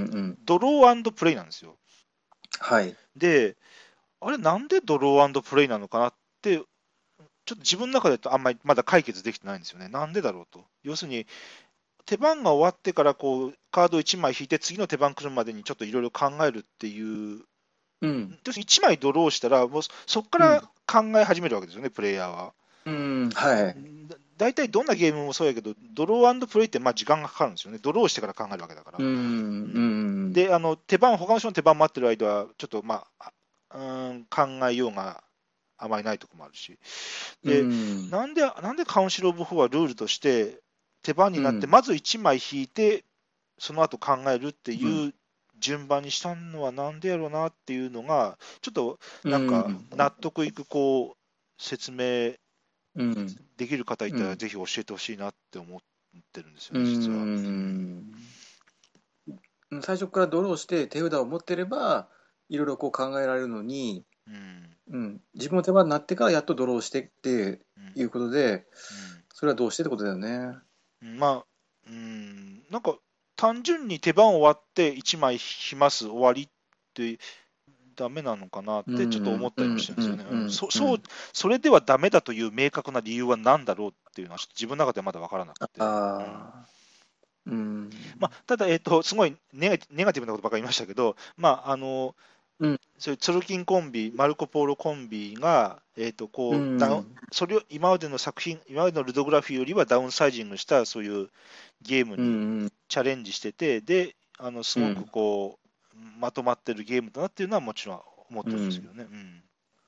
うん。 ドロープレイなんですよ。 はい。 で、あれなんでドロープレイなのかなって、ちょっと自分の中であんまりまだ解決できてないんですよね。なんでだろうと。要するに、手番が終わってからこうカード1枚引いて次の手番来るまでにちょっといろいろ考えるっていう、 うん。 要するに1枚ドローしたら、もうそこからうん。 考え始めるわけですよね、プレイヤーは。 うん。はい。 大体どんなゲームもそうやけど、ドロープレイってまあ時間がかかるんですよね。ドローしてから考えるわけだから。 うん。 ううん、 ん。 で、他の人の手番待ってる間は、ちょっとまあ、考えようがあまりないところもあるし。 うで、 ん。 なんでカウンシル・オブ・フォーはルールとして、手番になって、 うん。 まず1枚引いて、その後考えるってうん。 いう順番にしたのはなんでやろうなっていうのが、ちょっとうなんかん。 納得いくこう説明うん。 できる方いたら、 うん。 ぜひ教えてほしいなって思ってるんですようね、実は。 ん。最初からドローして手札を持ってれば、いろいろこう考えられるのに、 うん、 うん、自分の手番になってからやっとドローしてってうん、 いうことで、 うん、 それはどうしてってことだよね。 まあ、なんか単純に手番終わって1枚引きます終わりってダメなのかなっうてちょっと思ん、 ったりもしうん、うん、 てるんですよね。 うん、うそう、 ん。 それではダメだという明確な理由は何だろうっていうのは、ちょっと自分の中でまだ分からなくて。うん、 ああ、うん、 まあ、ただ、すごいネガティブなことばかり言いましたけど、まあ、 うん、 そういうツルキンコンビ、マルコ・ポーロコンビが、 うこうん、 それを今までの作品、今までのルドグラフィーよりはダウンサイジングしたそういうゲームうにん、 チャレンジしてて、で、すごくうん、 こう、まとまってるゲームだなっていうのはもちろん思ってるんですけうん。 どね。うん、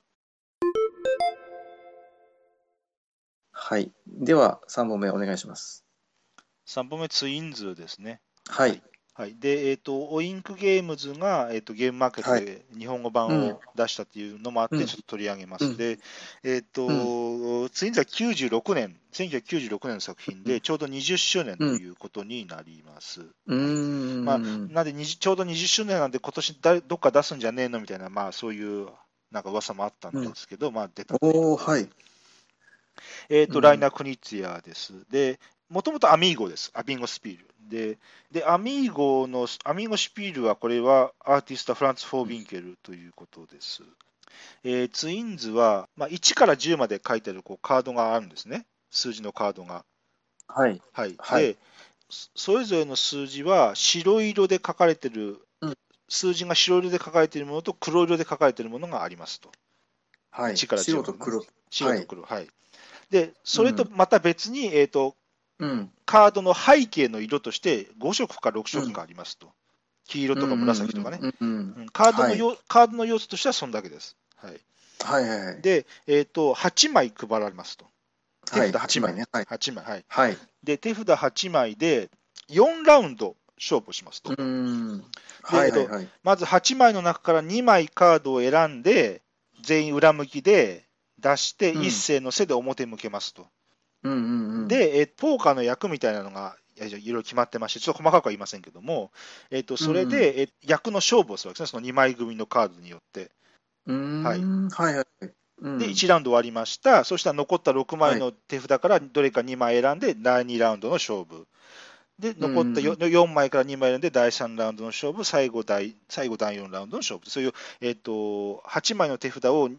はい。では、3本目お願いします。 3本目、ツインズですね。 はい、 はい。はい、で、オインクゲームズが、ゲームマーケットはい、 で日本語版うん、 を出したっていうのもあって、 うん、 ちょっと取り上げます。 うん、 で、 うん、 ツインズは1996年の作品うん、 で、ちょうど20周年とうん、 いうことになります。 うはい。まあ、 ん、 なんでちょうど20周年なんで、今年どっか出すんじゃねえのみたいな、まあ、そういうなんか噂もあったんうん。 ですけど、まあ、出たというこおー、 とで。 はい。 ライうん、 ナー・クニッツィアです。で、もともとアミーゴです。アミーゴスピール。アミーゴシュピールは、これはアーティストフランツ・フォービンケルということです。ツインズは、まあ、1から10まで書いてあるこうカードがあるんですね。数字のカードが。 はい、 はい。 はい、 で、それぞれの数字は白色で書かれている、 うん、 数字が白色で書かれているものと黒色で書かれているものがありますと。 はい。 1から10までね。 白と黒。はい。 白と黒。はい。で、それとうん、 また別に、 うん、 カードの背景の色として5色か6 うん、 色かありますと。黄色うん、 とかうん、 紫とかね。 うん、うん。 うん、 はい。 カードの要素としてはそんだけです。はい。 はい、はい、 で、8枚配られますと。手札はい。 8 8枚枚。 ね。はい。 8枚。はい。 はい。 で、手札8枚で4ラウンド勝負をしますと。 はいはいはい。 まず8枚の中から2枚カードを選んで、全員裏向きで出して、一斉の背で表向けますと。で、ポーカーの役みたいなのがいろいろ決まってまして、ちょっと細かくは言いませんけども、それで、役の勝負をするわけですね、その2枚組のカードによって。はい。 はいはい。 で、1ラウンド終わりました。そしたら残った6枚の手札からどれか2枚選んで、第2ラウンドの勝負。で、残った4枚から2枚選んで、第3ラウンドの勝負、最後第4ラウンドの勝負。そういう、8枚の手札を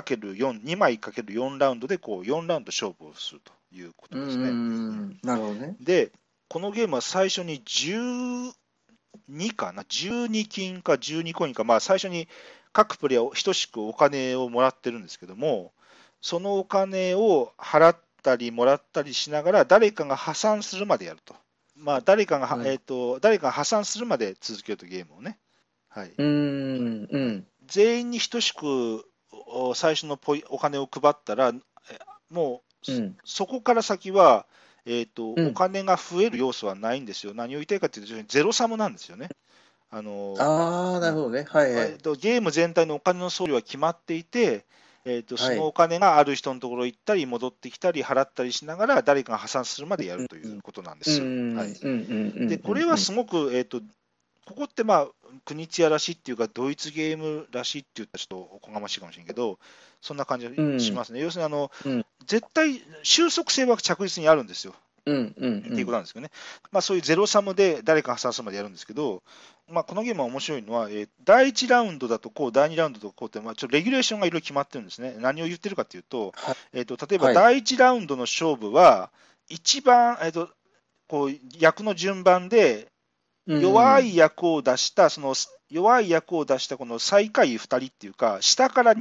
2×4、2枚 ×4 ラウンドでこう4ラウンド勝負をするということですね。 なるほどね。 で、このゲームは最初に12かな、12金か12コインか、まあ、最初に各プレイヤー等しくお金をもらってるんですけども、そのお金を払ったりもらったりしながら、誰かが破産するまでやると。まあ、誰かが破産するまで続けると、ゲームをね。はい、全員に等しく最初のお金を配ったら、もう、そこから先は、お金が増える要素はないんですよ。何を言いたいかというと、ゼロサムなんですよね。 なるほどね。はいはい。 ゲーム全体のお金の総量は決まっていて、そのお金がある人のところに行ったり、戻ってきたり、払ったりしながら、誰かが破産するまでやるということなんです。で、これはすごく、ここってまあ、国津屋らしいっていうか、ドイツゲームらしいって言ったらちょっとおこがましいかもしれんけど、そんな感じがしますね。要するに絶対、収束性は着実にあるんですよ。っていうことなんですよね。まあ、そういうゼロサムで誰か破産するまでやるんですけど、まあ、このゲームは面白いのは、第1ラウンドだとこう、第2ラウンドだとこうって、まあ、ちょっとレギュレーションがいろいろ決まってるんですね。何を言ってるかというと、例えば第1ラウンドの勝負は、一番、こう役の順番で、弱い役を出した、その弱い役を出したこの最下位2人っていうか、下から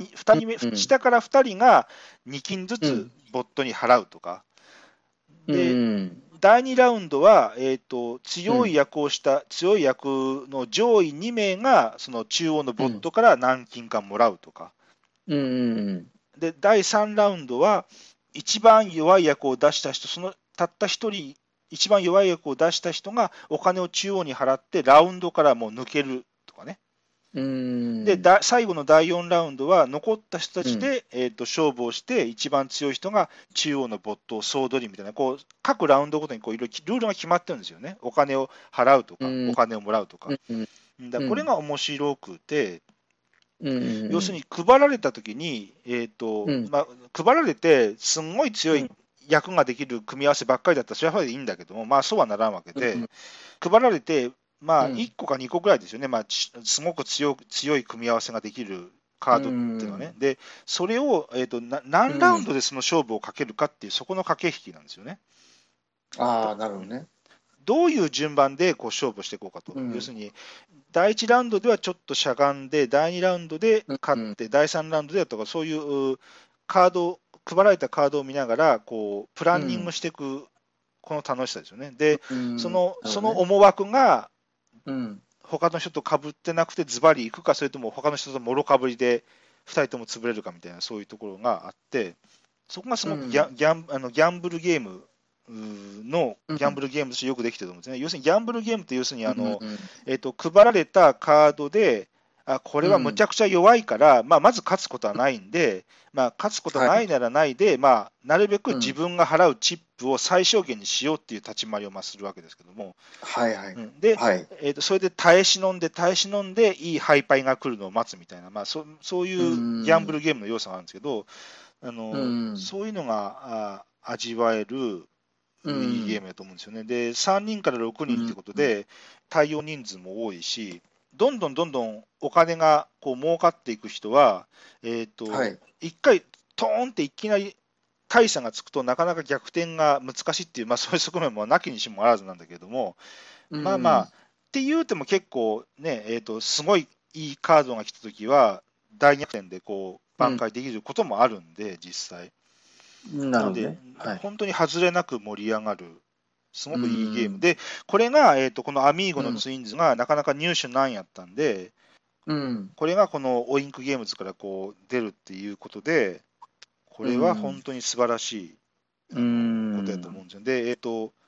2人が2金ずつボットに払うとか。で、第2ラウンドは、強い役の上位2名がその中央のボットから何金かもらうとか。で、第3ラウンドは、一番弱い役を出した人、そのたった1人、一番弱い役を出した人がお金を中央に払って、ラウンドからもう抜けるとかね。で、最後の第4ラウンドは、残った人たちで、勝負をして、一番強い人が中央のボットを総取りみたいな、こう各ラウンドごとにこういろいろルールが決まってるんですよね。お金を払うとか、お金をもらうとか。だこれが面白くて、要するに配られたときに、配られて、すんごい強い役ができる組み合わせばっかりだったら、それはそれでいいんだけども、まあそうはならんわけで、配られて、まあ1個か2個ぐらいですよね、まあ、すごく強い組み合わせができるカードっていうのはね、でそれを、何ラウンドでその勝負をかけるかっていう、そこの駆け引きなんですよね。 なるほどね。 どういう順番でこう勝負していこうかと、要するに、第1ラウンドではちょっとしゃがんで、第2ラウンドで勝って、第3ラウンドでとか、そういうカード、配られたカードを見ながら、こうプランニングしていく、この楽しさですよね。で、その思惑が、他の人と被ってなくて、ズバリいくか、それとも他の人ともろかぶりで、2人とも潰れるかみたいな、そういうところがあって、そこがすごくギャンブルゲームとしてよくできてると思うんですね。要するにギャンブルゲームって、要するに配られたカードで、これはむちゃくちゃ弱いから、まず勝つことはないんで、勝つことはないならないで、なるべく自分が払うチップを最小限にしようっていう立ち回りをするわけですけども、で、それで耐え忍んで、いいハイパイが来るのを待つみたいな、そういうギャンブルゲームの要素があるんですけど、そういうのが味わえるいいゲームだと思うんですよね。で、3人から6人ということで、対応人数も多いし、どんどんお金がこう儲かっていく人は、一回、トーンっていきなり大差がつくと、なかなか逆転が難しいっていう、そういう側面もなきにしもあらずなんだけれども、って言うても結構ね、すごいいいカードが来たときは、大逆転でこう挽回できることもあるんで、実際。なので、本当に外れなく盛り上がる、すごくいいゲームで、これが、このアミーゴのツインズがなかなか入手なんやったんで、これがこのオインクゲームズからこう出るっていうことで、これは本当に素晴らしいことだと思うんですよ。で、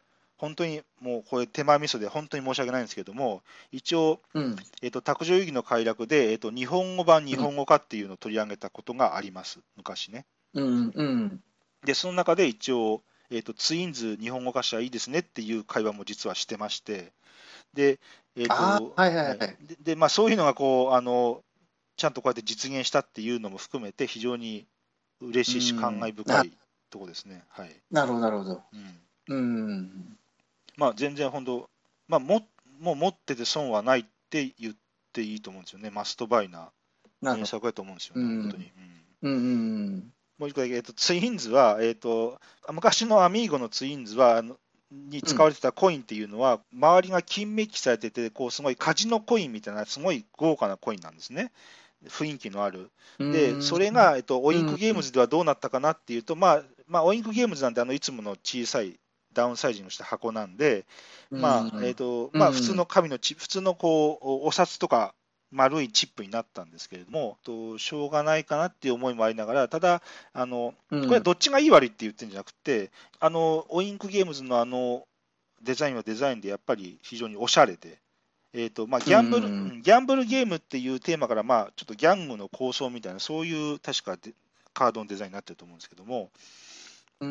本当にもうこれ手前味噌で本当に申し訳ないんですけども、一応、 うん。 卓上遊戯の快楽で、日本語版日うん。 本語化っていうのを取り上げたことがあります、昔ね。 うん。うん。 で、その中で一応、ツインズ日本語化したらいいですねっていう会話も実はしてまして、で、 ああ、はいはいはい、 はい。 まあ、そういうのがこうちゃんとこうやって実現したっていうのも含めて、非常に嬉うしいし、感ん。 慨深いところですね。はい。 なるほど、なるほど。 うん。 うん。 まあ、全然本当、まあ、もう持ってて損はないって言っていいと思うんですよね。マストバイななるほど。 名作だと思うんですよね、本当に。 うん。 うん。 うん。うん。 もう一個だけ、ツインズは、昔のアミーゴのツインズは、にうん。 使われてたコインっていうのは、周りが金メッキされてて、こうすごいカジノコインみたいな、すごい豪華なコインなんですね。雰囲気のある。 うで、 ん。 それが、オうインクゲームん。 ズではどうなったかなっていうと、オインクゲームズなんていつもの小さいダウンサイジングした箱なんで、 うん。 普通の紙の普通のこうお札とか丸いチップになったんですけれども、しょうがないかなっていう思いもありながら、ただ、これはうん。 どっちがいい悪いって言ってるんじゃなくて、オインクゲームズのデザインはデザインでやっぱり非常におしゃれで、 うん。 ギャンブルゲームっていうテーマから、ちょっとギャングの構想みたいな、そういう確かカードのデザインになってると思うんですけども、 うん。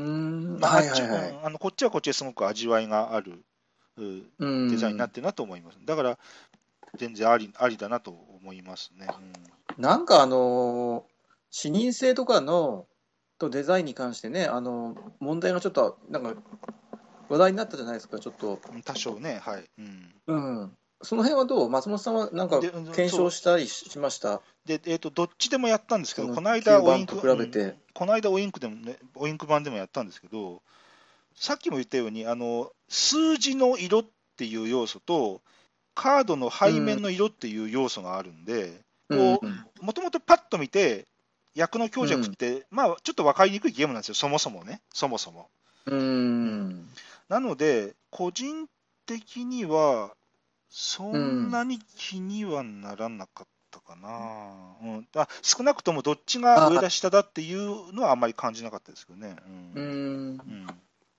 まあ、 はいはいはい。 こっちはこっちですごく味わいがあるうデザインになっん。 てるなと思います。だから、全然ありだなと思いますね。 なんか視認性とかとデザインに関してね、問題がちょっと、なんか話題になったじゃないですか、ちょっと。 多少ね、はい。 うん。その辺はどう松本さんはなんか検そう証したりしました？ で、どっちでもやったんですけど、 そのこの間 9番と比べて。 この間オインクでもね、オインク版でもやったんですけど、さっきも言ったように、数字の色っていう要素と、カードの背うん。 面の色っていう要素があるんで、 うん。 もともとパッと見て、役の強うん。 弱って、ちょっと分かりにくいゲームなんですよ、そもそもね、そもそも。 ううん、 ん。 なので、個人的には、そうん。 んなに気にはならなかったかな。少なくともどっちが上あ、 だ下だっていうのはあんまり感じなかったですけどね。 うん。 うん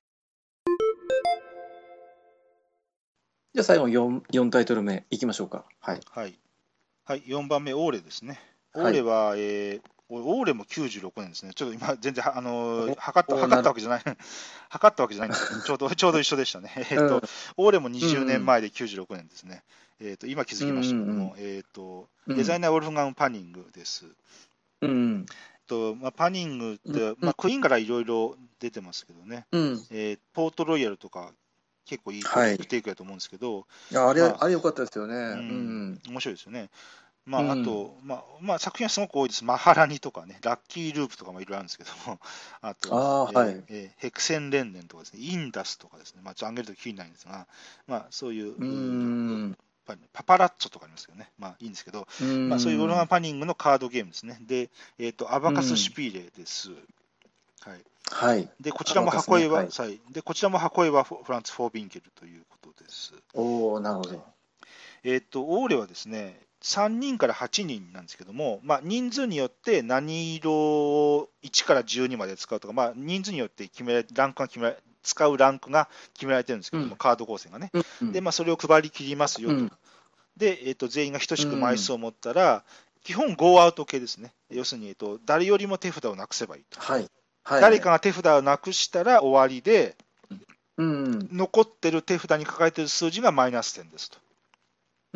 じゃあ最後4タイトル目いきましょうか。はい。 はい。はい、4番目、オーレですね。オはい。 ーレは、オーレも96年ですね。ちょっと今、全然おお、 測っなる。 たわけじゃない、測ったわけじゃないんですけども、ちょうど一緒でしたね。 うん。 オーレもう 20年ん。 前で96年ですね。今気づうん。うきましたけども、 ん。うん。 デザイナーウォルフガン・パニングです。 うん。 パニングっうん。 て、 うん。 クイーンからいろいろ出てますけどね、 うん。 ポートロイヤルとか、結構いいトリックはい。 テイクやと思うんですけど、 いや、 まあ、 あれ良かったですよね。うん。 面白いですよね。 うん。 あと、作品はすごく多いです。マハラニとかね、ラッキーループとかもいろいろあるんですけども、あと、 ああ、はい。 ヘクセン連年とかですね、インダスとかですね、ちょっと上げるときりないんですが、そういううーん。 パパラッツォとかありますよね。いいんですけど、 うーそういうウォルガン・ん。 パニングのカードゲームですね。で、アバカス・シうん。 ピーレです。はい。 はい。 で、こちアらもバカスね。はい。 こちらも箱絵はフランツ・フォービンケルということです。 おお、なるほはい。 ど。 オーレはですね、3人から8人なんですけども、人数によって何色を1から12まで使うとか、人数によってランクが使うランクが決められてるんですけども、 うん。 カード構成がね。で、 うん。 それを配り切りますよと。 うん。 で、全員が等しく枚うん。 数を持ったら、基本ゴーアウト系ですね。要するに、誰よりも手札をなくせばいいと。 はい。はいはい。 誰かが手札をなくしたら終わりで、 うん。 残ってる手札に書かれている数字がマイナス点ですと。 うん。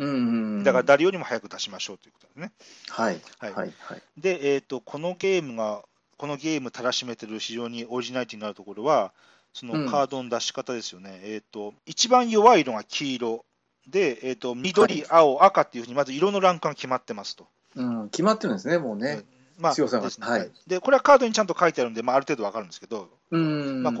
だから誰よりも早く出しましょうということですね。 はい。 はい。 はい。はい。 で、このゲームたらしめてる非常にオリジナリティになるところは、そのカーうん。 ドの出し方ですよね。一番弱い色が黄色で、緑、 はい。 青、赤っていうふうに、まず色のランクが決まってますと。 うん。決まってるんですね、もうね。 うん強さが。 ですね。 はい。 はい。で、これはカードにちゃんと書いてあるんで、ある程度わかるんですけど、 うん。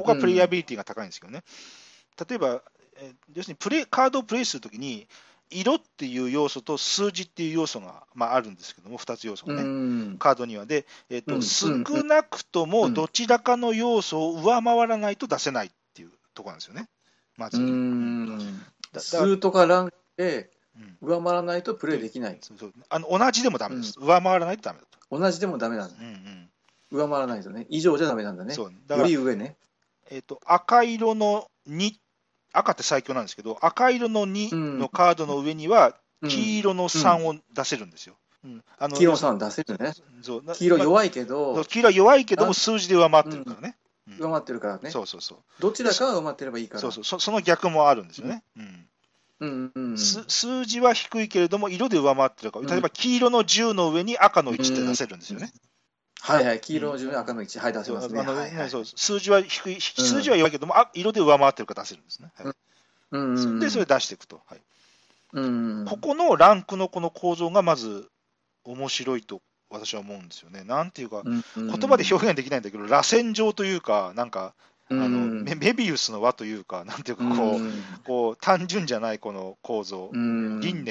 ここはプレイアうん。 ビリティが高いんですけどね。例えば、要するにカードをプレイするときに、色っていう要素と数字っていう要素が、あるんですけども、2つ要素うがね、 ん。 カードには。で、 うん。 少うん。 なくともうん。 どちらかの要素を上回らないと出せないっていうところなんですよね、まうず。 ん。 だだ数とかランクでうん上回らないとプレイでできない。 同じでもダうん。 メです。上回らないとダメだと。 同じでもダメなんだね。 うんうん、 上回らないとね。以上じゃダメなんだね。 そう。だかよら、 り上ね。 赤色の2 赤って最強なんですけど、赤色のう 2 ん。 のカードの上には、 うん黄色のうん。 3を出せるんですよ。 黄色の要するに、 3出せるね。 そうな黄色ま弱いけそうど、 黄色は弱いけども、 なん、 数字で上回っうん、 てるからね。うん、 上回ってるからね。 そうそうそう。 どちで、 らかが上回ってればいいから。 その逆もあるんですうん、 よね。 うんうん。 数字は低いけれども、色で上回ってるから、例えうんば黄色の10の上に赤の1って出うん。 せるんですよね。 はいはい。黄うん、 色の順、赤の1、はい、出せますね。はいはい。 そう数字は低い、 うん。 数字は弱いけども、色で上回ってるから出せるんですね。はい、 うんで、それうん出していくと。はい、 うん。 ここのランクのこの構造がまず面白いと私は思うんですよね。なんていうか、 うんう言葉でん。 表現できないんだけど、螺旋状というか、なんか、 うん。 メビウスの輪というか、なんていううかん。 単純じゃないこの構造、 うん。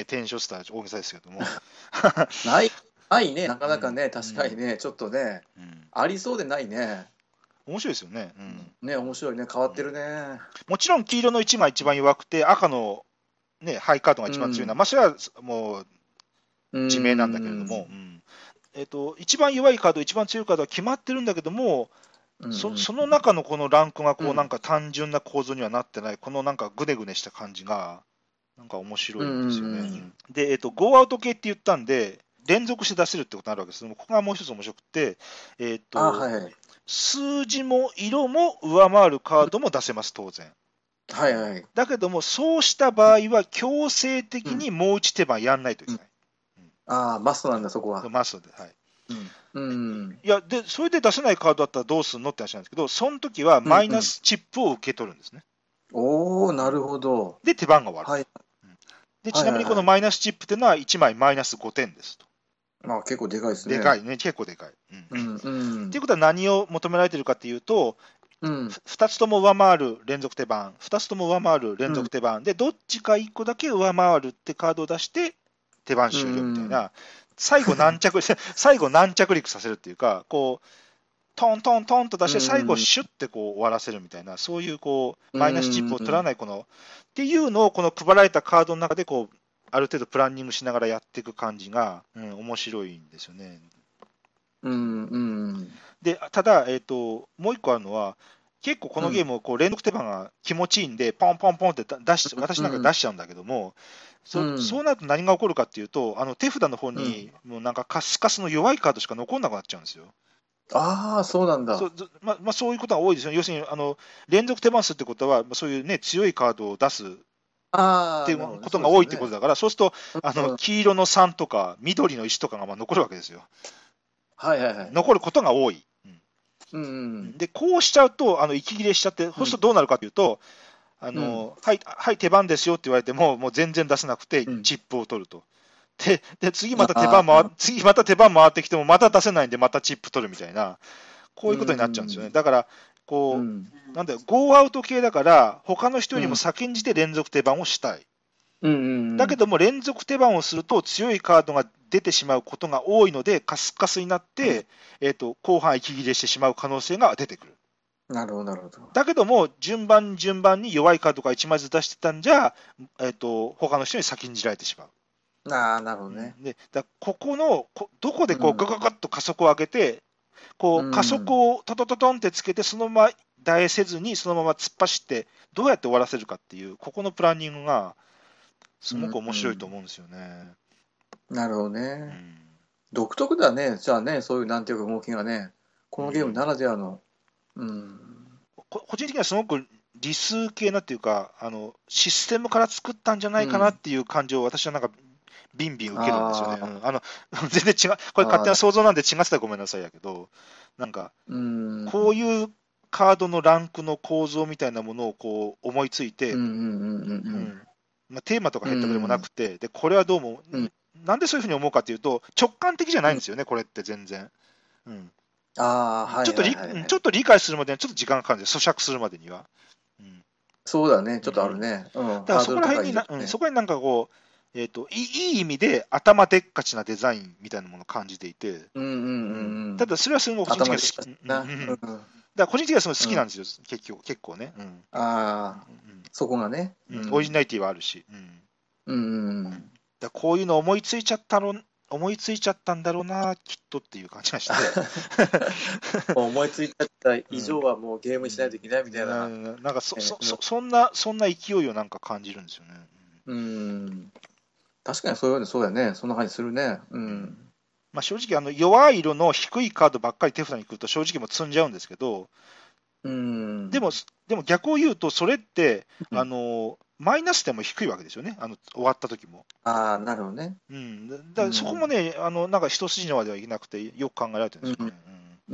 輪廻転生した大げさですけども、 ない、ないね。なかうん、 なかね、確かにね、ちょっとね、 うん、 ありそうでないね。 面白いですよね、 ね、面白いね。変わってるね。 もちろん黄色の1枚一番弱くて、赤の、ね、ハイカードがう一番強いのは、 ん。 まあ、それはもうう自明なんだけれどん。 も、一番弱いカード、一番強いカードは決まってるんだけども、 うん。 その中のこのランクがなんうん。 か単純な構造にはなってない、このなんかぐねぐねした感じが、なんか面白いんでうん。 すよね。 うん。 で、ゴーアウト系って言ったんで、連続して出せるってことになるわけです。ここがもう一つ面白くて、 あ、はいはい。 数字も色も上回るカードも出せます、当然。 はいはい。 だけども、そうした場合は強制的うん。 にもう一手番やんないというん。 けない。 ああ、マストなんだ、そこは。 マストで。はい。 うん。うん。 いや、で、それで出せないカードだったらどうするのって話なんですけど、その時はうん。 マイナうん。 スチップを受け取るんですね。 おお、なうんるほど。 で、手番が終わると。 はい。 で、ちなみにこのはいはいはい。 マイナスチップっていうのは1枚マイナス5点ですと。 まあ、結構でかいですね。 でかいね、結構でかい。 うん。うっていうん。 ことは何を求められているかっていうと、 うん。 2つとも上回る連続手番、2つとも上回る連うん。 続手番で、どっちか1個だけ上回るってカードを出して、手番う終了みたいん。 な、最後軟着、最後軟着陸させるっていうか、トントントンと出して、最後うん。 シュッて終わらせるみたいな、そういううマイナスチップを取らん。 ないっていうのを、この配られたカードの中である程度プランニングしながらやっていく感じが、面白いんですよね。 うん。うん。 で、ただ、もう一個あるのは、結構こうん。 のゲーム、連続手番が気持ちいいんで、ポンポンポンって私なんかうん。 出しちゃうんだけども、 うん。 そうなると何が起こるかっていうと、手札の方うん。 に、もうなんかカスカスの弱いカードしか残んなくなっちゃうんですよ。 ああ、そうなんだ。 そういうことが多いですよね。要するに、連続手番数ってことは、そういうね、強いカードを出すってああ、 いうなるほどね。そうことが多いですよね。 ってことだから、そうすると、 うん。 黄色の3とか、緑の石とかが残るわけですよ。 はいはいはい。 残ることが多い。 うん。 で、こうしちゃうと、息切れしちゃって、そうするうん。 とどうなるかというと、 うん。 はい、はい、手番ですよって言われても、もう全然出せなくて、 うん。 チップを取ると。で、 ああ、 次また手番回ってきても、また出せないんで、またチップ取るみたいな、こうういうことになっちゃうんですよね。 ん。 だから、 うん。 なんだよ、ゴーアウト系だから、他の人よりもうん。 先んじて連続手番をしたい。 うん。うん。 だけども、連続手番をすると強いカードが出てしまうことが多いので、カスカスになっうん。 て、後半息切れしてしまう可能性が出てくる。 なるほど、なるほど。 だけども、順番に弱いカードが1枚ずつ出してたんじゃ、他の人に先んじられてしまう。 ああ、なるほどね。 ここのどこでうん。 ガガガッと加速を上げて、 う加速ん。 をトトトトンってつけて、そのまま打えせずに、そのまま突っ走って、どうやって終わらせるかっていう、ここのプランニングが、すごく面白いと思うんですよね。 なるほどね。 うん。 独特だね。じゃあね、そういうなんていうか動きがね、このゲームうん、 ならではの。うん。 個人的にはすごく理数系なっていうか、システムから作ったんじゃないかなっうん。 ていう感じを私はなんかビンビン受けるんですよね。 ああ、 全然違う、これ勝ああ、 手な想像なんで違ってたらごめんなさいやけど、なんか、 うん。 こういうカードのランクの構造みたいなものを思いついて、 うんうんうんうんテーマとかうん。 ヘッダクでもうん。 なくて、で、これはどうも、 うん。 なんでそういうふうに思うかというと、直感的じゃなうん。 いんですよね、これって全然。うん、 ああ、はいはいはいはい。 ちょっと理解するまでにちょっと時間がかかるんです、咀嚼するまでには。うんそうだね。ちょっとあるうん、 ね。うん。 だからハードル高いよね。 そこになんかいい意味で頭でっかちなデザインみたいなものを感じていて、 うんうんうんうん。 ただそれはすごい個人的には好き、 頭でっかちな。うん。 だから個人的にはすごい好うん。 きなんですよ、結構ね、 ああ、そこがね。うオリジナん。 リティはあるし、 うんうんうん。 だからこういうの思いついちゃった思いついちゃったんだろうな、きっとっていう感じがして、 もう思いついちゃった以上うん、 はもうゲームにしないといけないみたいな、 なんか思う。 そんな勢いをなんか感じるんですよね。 うん。確かにそうやね。そんな感じするね。ううん、 ん。 まあ、正直弱い色の低いカードばっかり手札に来ると正直もう積んじゃうんですけど、 うん。 でも、でも逆を言うと、それって、 うん。 マイナスでも低いわけですよね、終わった時も。 ああ、なるほどね。 うん、だからそこもうん。 ね、なんか一筋縄ではいなくて、よく考えられてるんでうん。 すよね。 うん。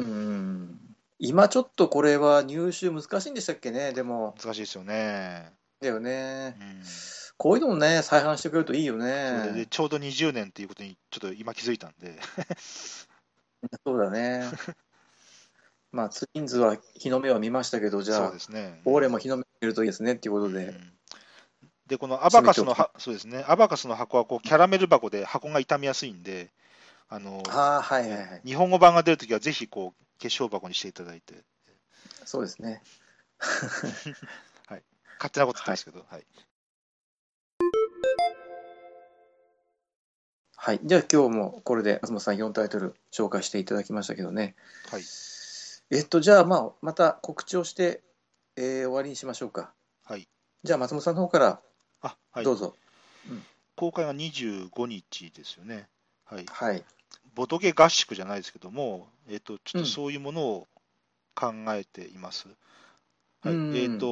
今ちょっとこれは入手難しいんでしたっけね。でも、 難しいですよね。 だよね。 うん、 こういうのもね、再販してくれるといいよそうで、 ね。 ちょうど20年っていうことにちょっと今気づいたんで、 そうだね。まあ、ツインズは日の目を見ましたけど、じゃそうあ、 ですね。 オーレも日の目見るといいですねっていうこうん、 とで、 うん、で、この締めておきます。 そうですね、アバカスの箱はこうキャラメル箱で箱が傷みやすいんで、あのああ、はいはいはい。 日本語版が出るときはぜひこう化粧箱にしていただいて、 そうですね。 はい、勝手なこと言ってはい。 ますけど、はい。 はい。じゃあ今日もこれで松本さん4タイトル紹介していただきましたけどね。 はい。 じゃあまあ、また告知をして、終わりにしましょうか。 はい。 じゃあ松本さんの方からはい。 どうぞ。うん。 公開が25日ですよね。はい。 はい。 ボトゲ合宿じゃないですけども、ちょっうん。 とそういうものを考えています。 うはい。 ん。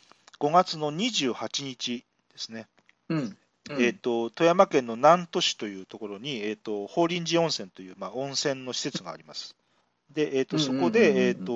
5月の28日ですね。 うん。うん。 富山県の南砺市というところに、法輪寺温泉という、まあ、温泉の施設があります。で、 うん。うん。 そこで、 うん。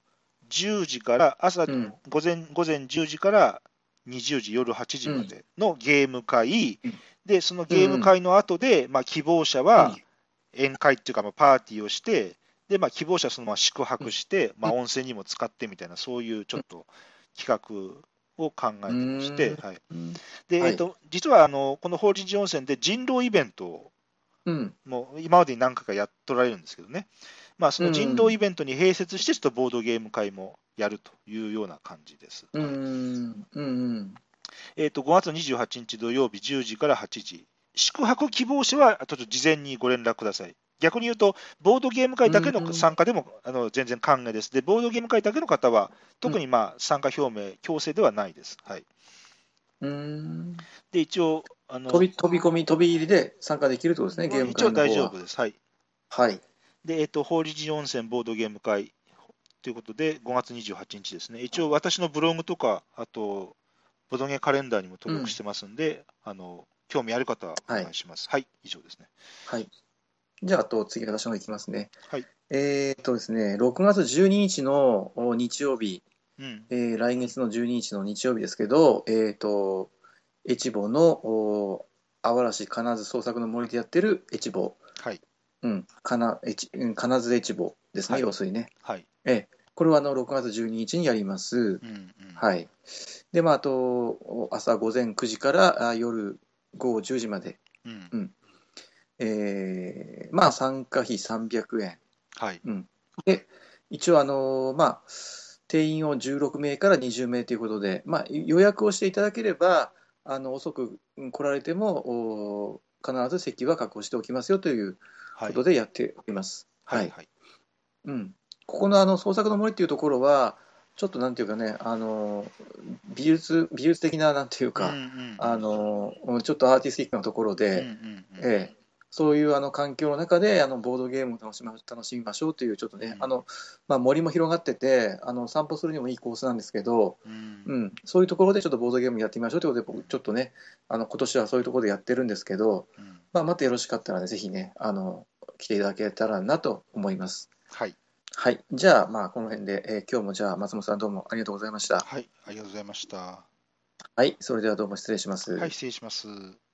10時からうん。 午前10時から20時、夜8時うん。 までのゲーム会、で、そのうん。 ゲームうん。 会の後で、まあ、希望者うん。 は宴会っていうか、まあ、パーティーをして、で、まあ、希望者はそのまま宿泊して、まあ、温泉にも使ってみたいな、そういうちょっと企画を考うえてましん。 て、はい。 うん。 で、 はい。 実はこの法輪寺温泉で人狼イベントをうん。 もう今までに何回かやっとられるんですけどね、まあ、そうの人狼イん。 ベントに併設して、ちょっとボードゲーム会もやるというような感じです。 うはい。 ん。うん。 5月28日土曜日10時から8時、宿泊希望者はちょっと事前にご連絡ください。逆に言うと、ボードゲーム会だけのうん。 参加でも全然歓迎です。で、ボードゲーム会だけの方は、特にまあ参加表明、強制ではないです。はい、 うん。 で、一応、 飛び込み、飛び入りで参加できるってことですね、ゲーム一応会の方は。 大丈夫です。はい。 はい。 で、法理寺温泉ボードゲーム会ということで、5月28日ですね。一応、私のブログとか、あと、ボドゲカレンダーにも登録しうん。 てますんで、興味ある方はおはい。 願いします。はい、以上ですね。 はい。じゃあ、あと次、私の方いきますね。 はい。 ですね、6月12日の日曜日、 うん。 来月の12日の日曜日ですけど、越後のあわらし金津創作の森でやってる越後、 はい。 うん、金津越後ですね、 はい。 要するにね。 はい。 これは6月12日にちにやります。 うん。うん。 はい。で、まあ、あと、朝午前9時から夜午後10時まで。 うん。 うん。まあ、参加費300円。 はい。 うん。で、一応、まあ、定員を16名から20名ということで、まあ、予約をしていただければ、遅く来られても、必ず席は確保しておきますよというはい。 ことでやっております。 はい。 はい。 はい。 うん。ここの創作の森っていうところは、ちょっとなんていうかね、美術的ななんていううん。うか、 ん。 ちょっとアーティスティックなところうん。うん。うで、 ん。 ええ、そういう環境の中でボードゲームを楽しみましょうというちょっとね、 うん。 まあ、森も広がってて散歩するにもいいコースなんですけど、 うん。 うん、そういうところでちょっとボードゲームやってみましょうということで僕ちょっとね今年はそういうところでやってるんですけど、 うん。 まあ、またよろしかったらねぜひね来ていただけたらなと思います。 はい。 はい。じゃあ、まあ、この辺で、今日もじゃあ、松本さんどうもありがとうございました。 はい。ありがとうございました。 はい。それではどうも失礼しまはい。 す。 失礼します。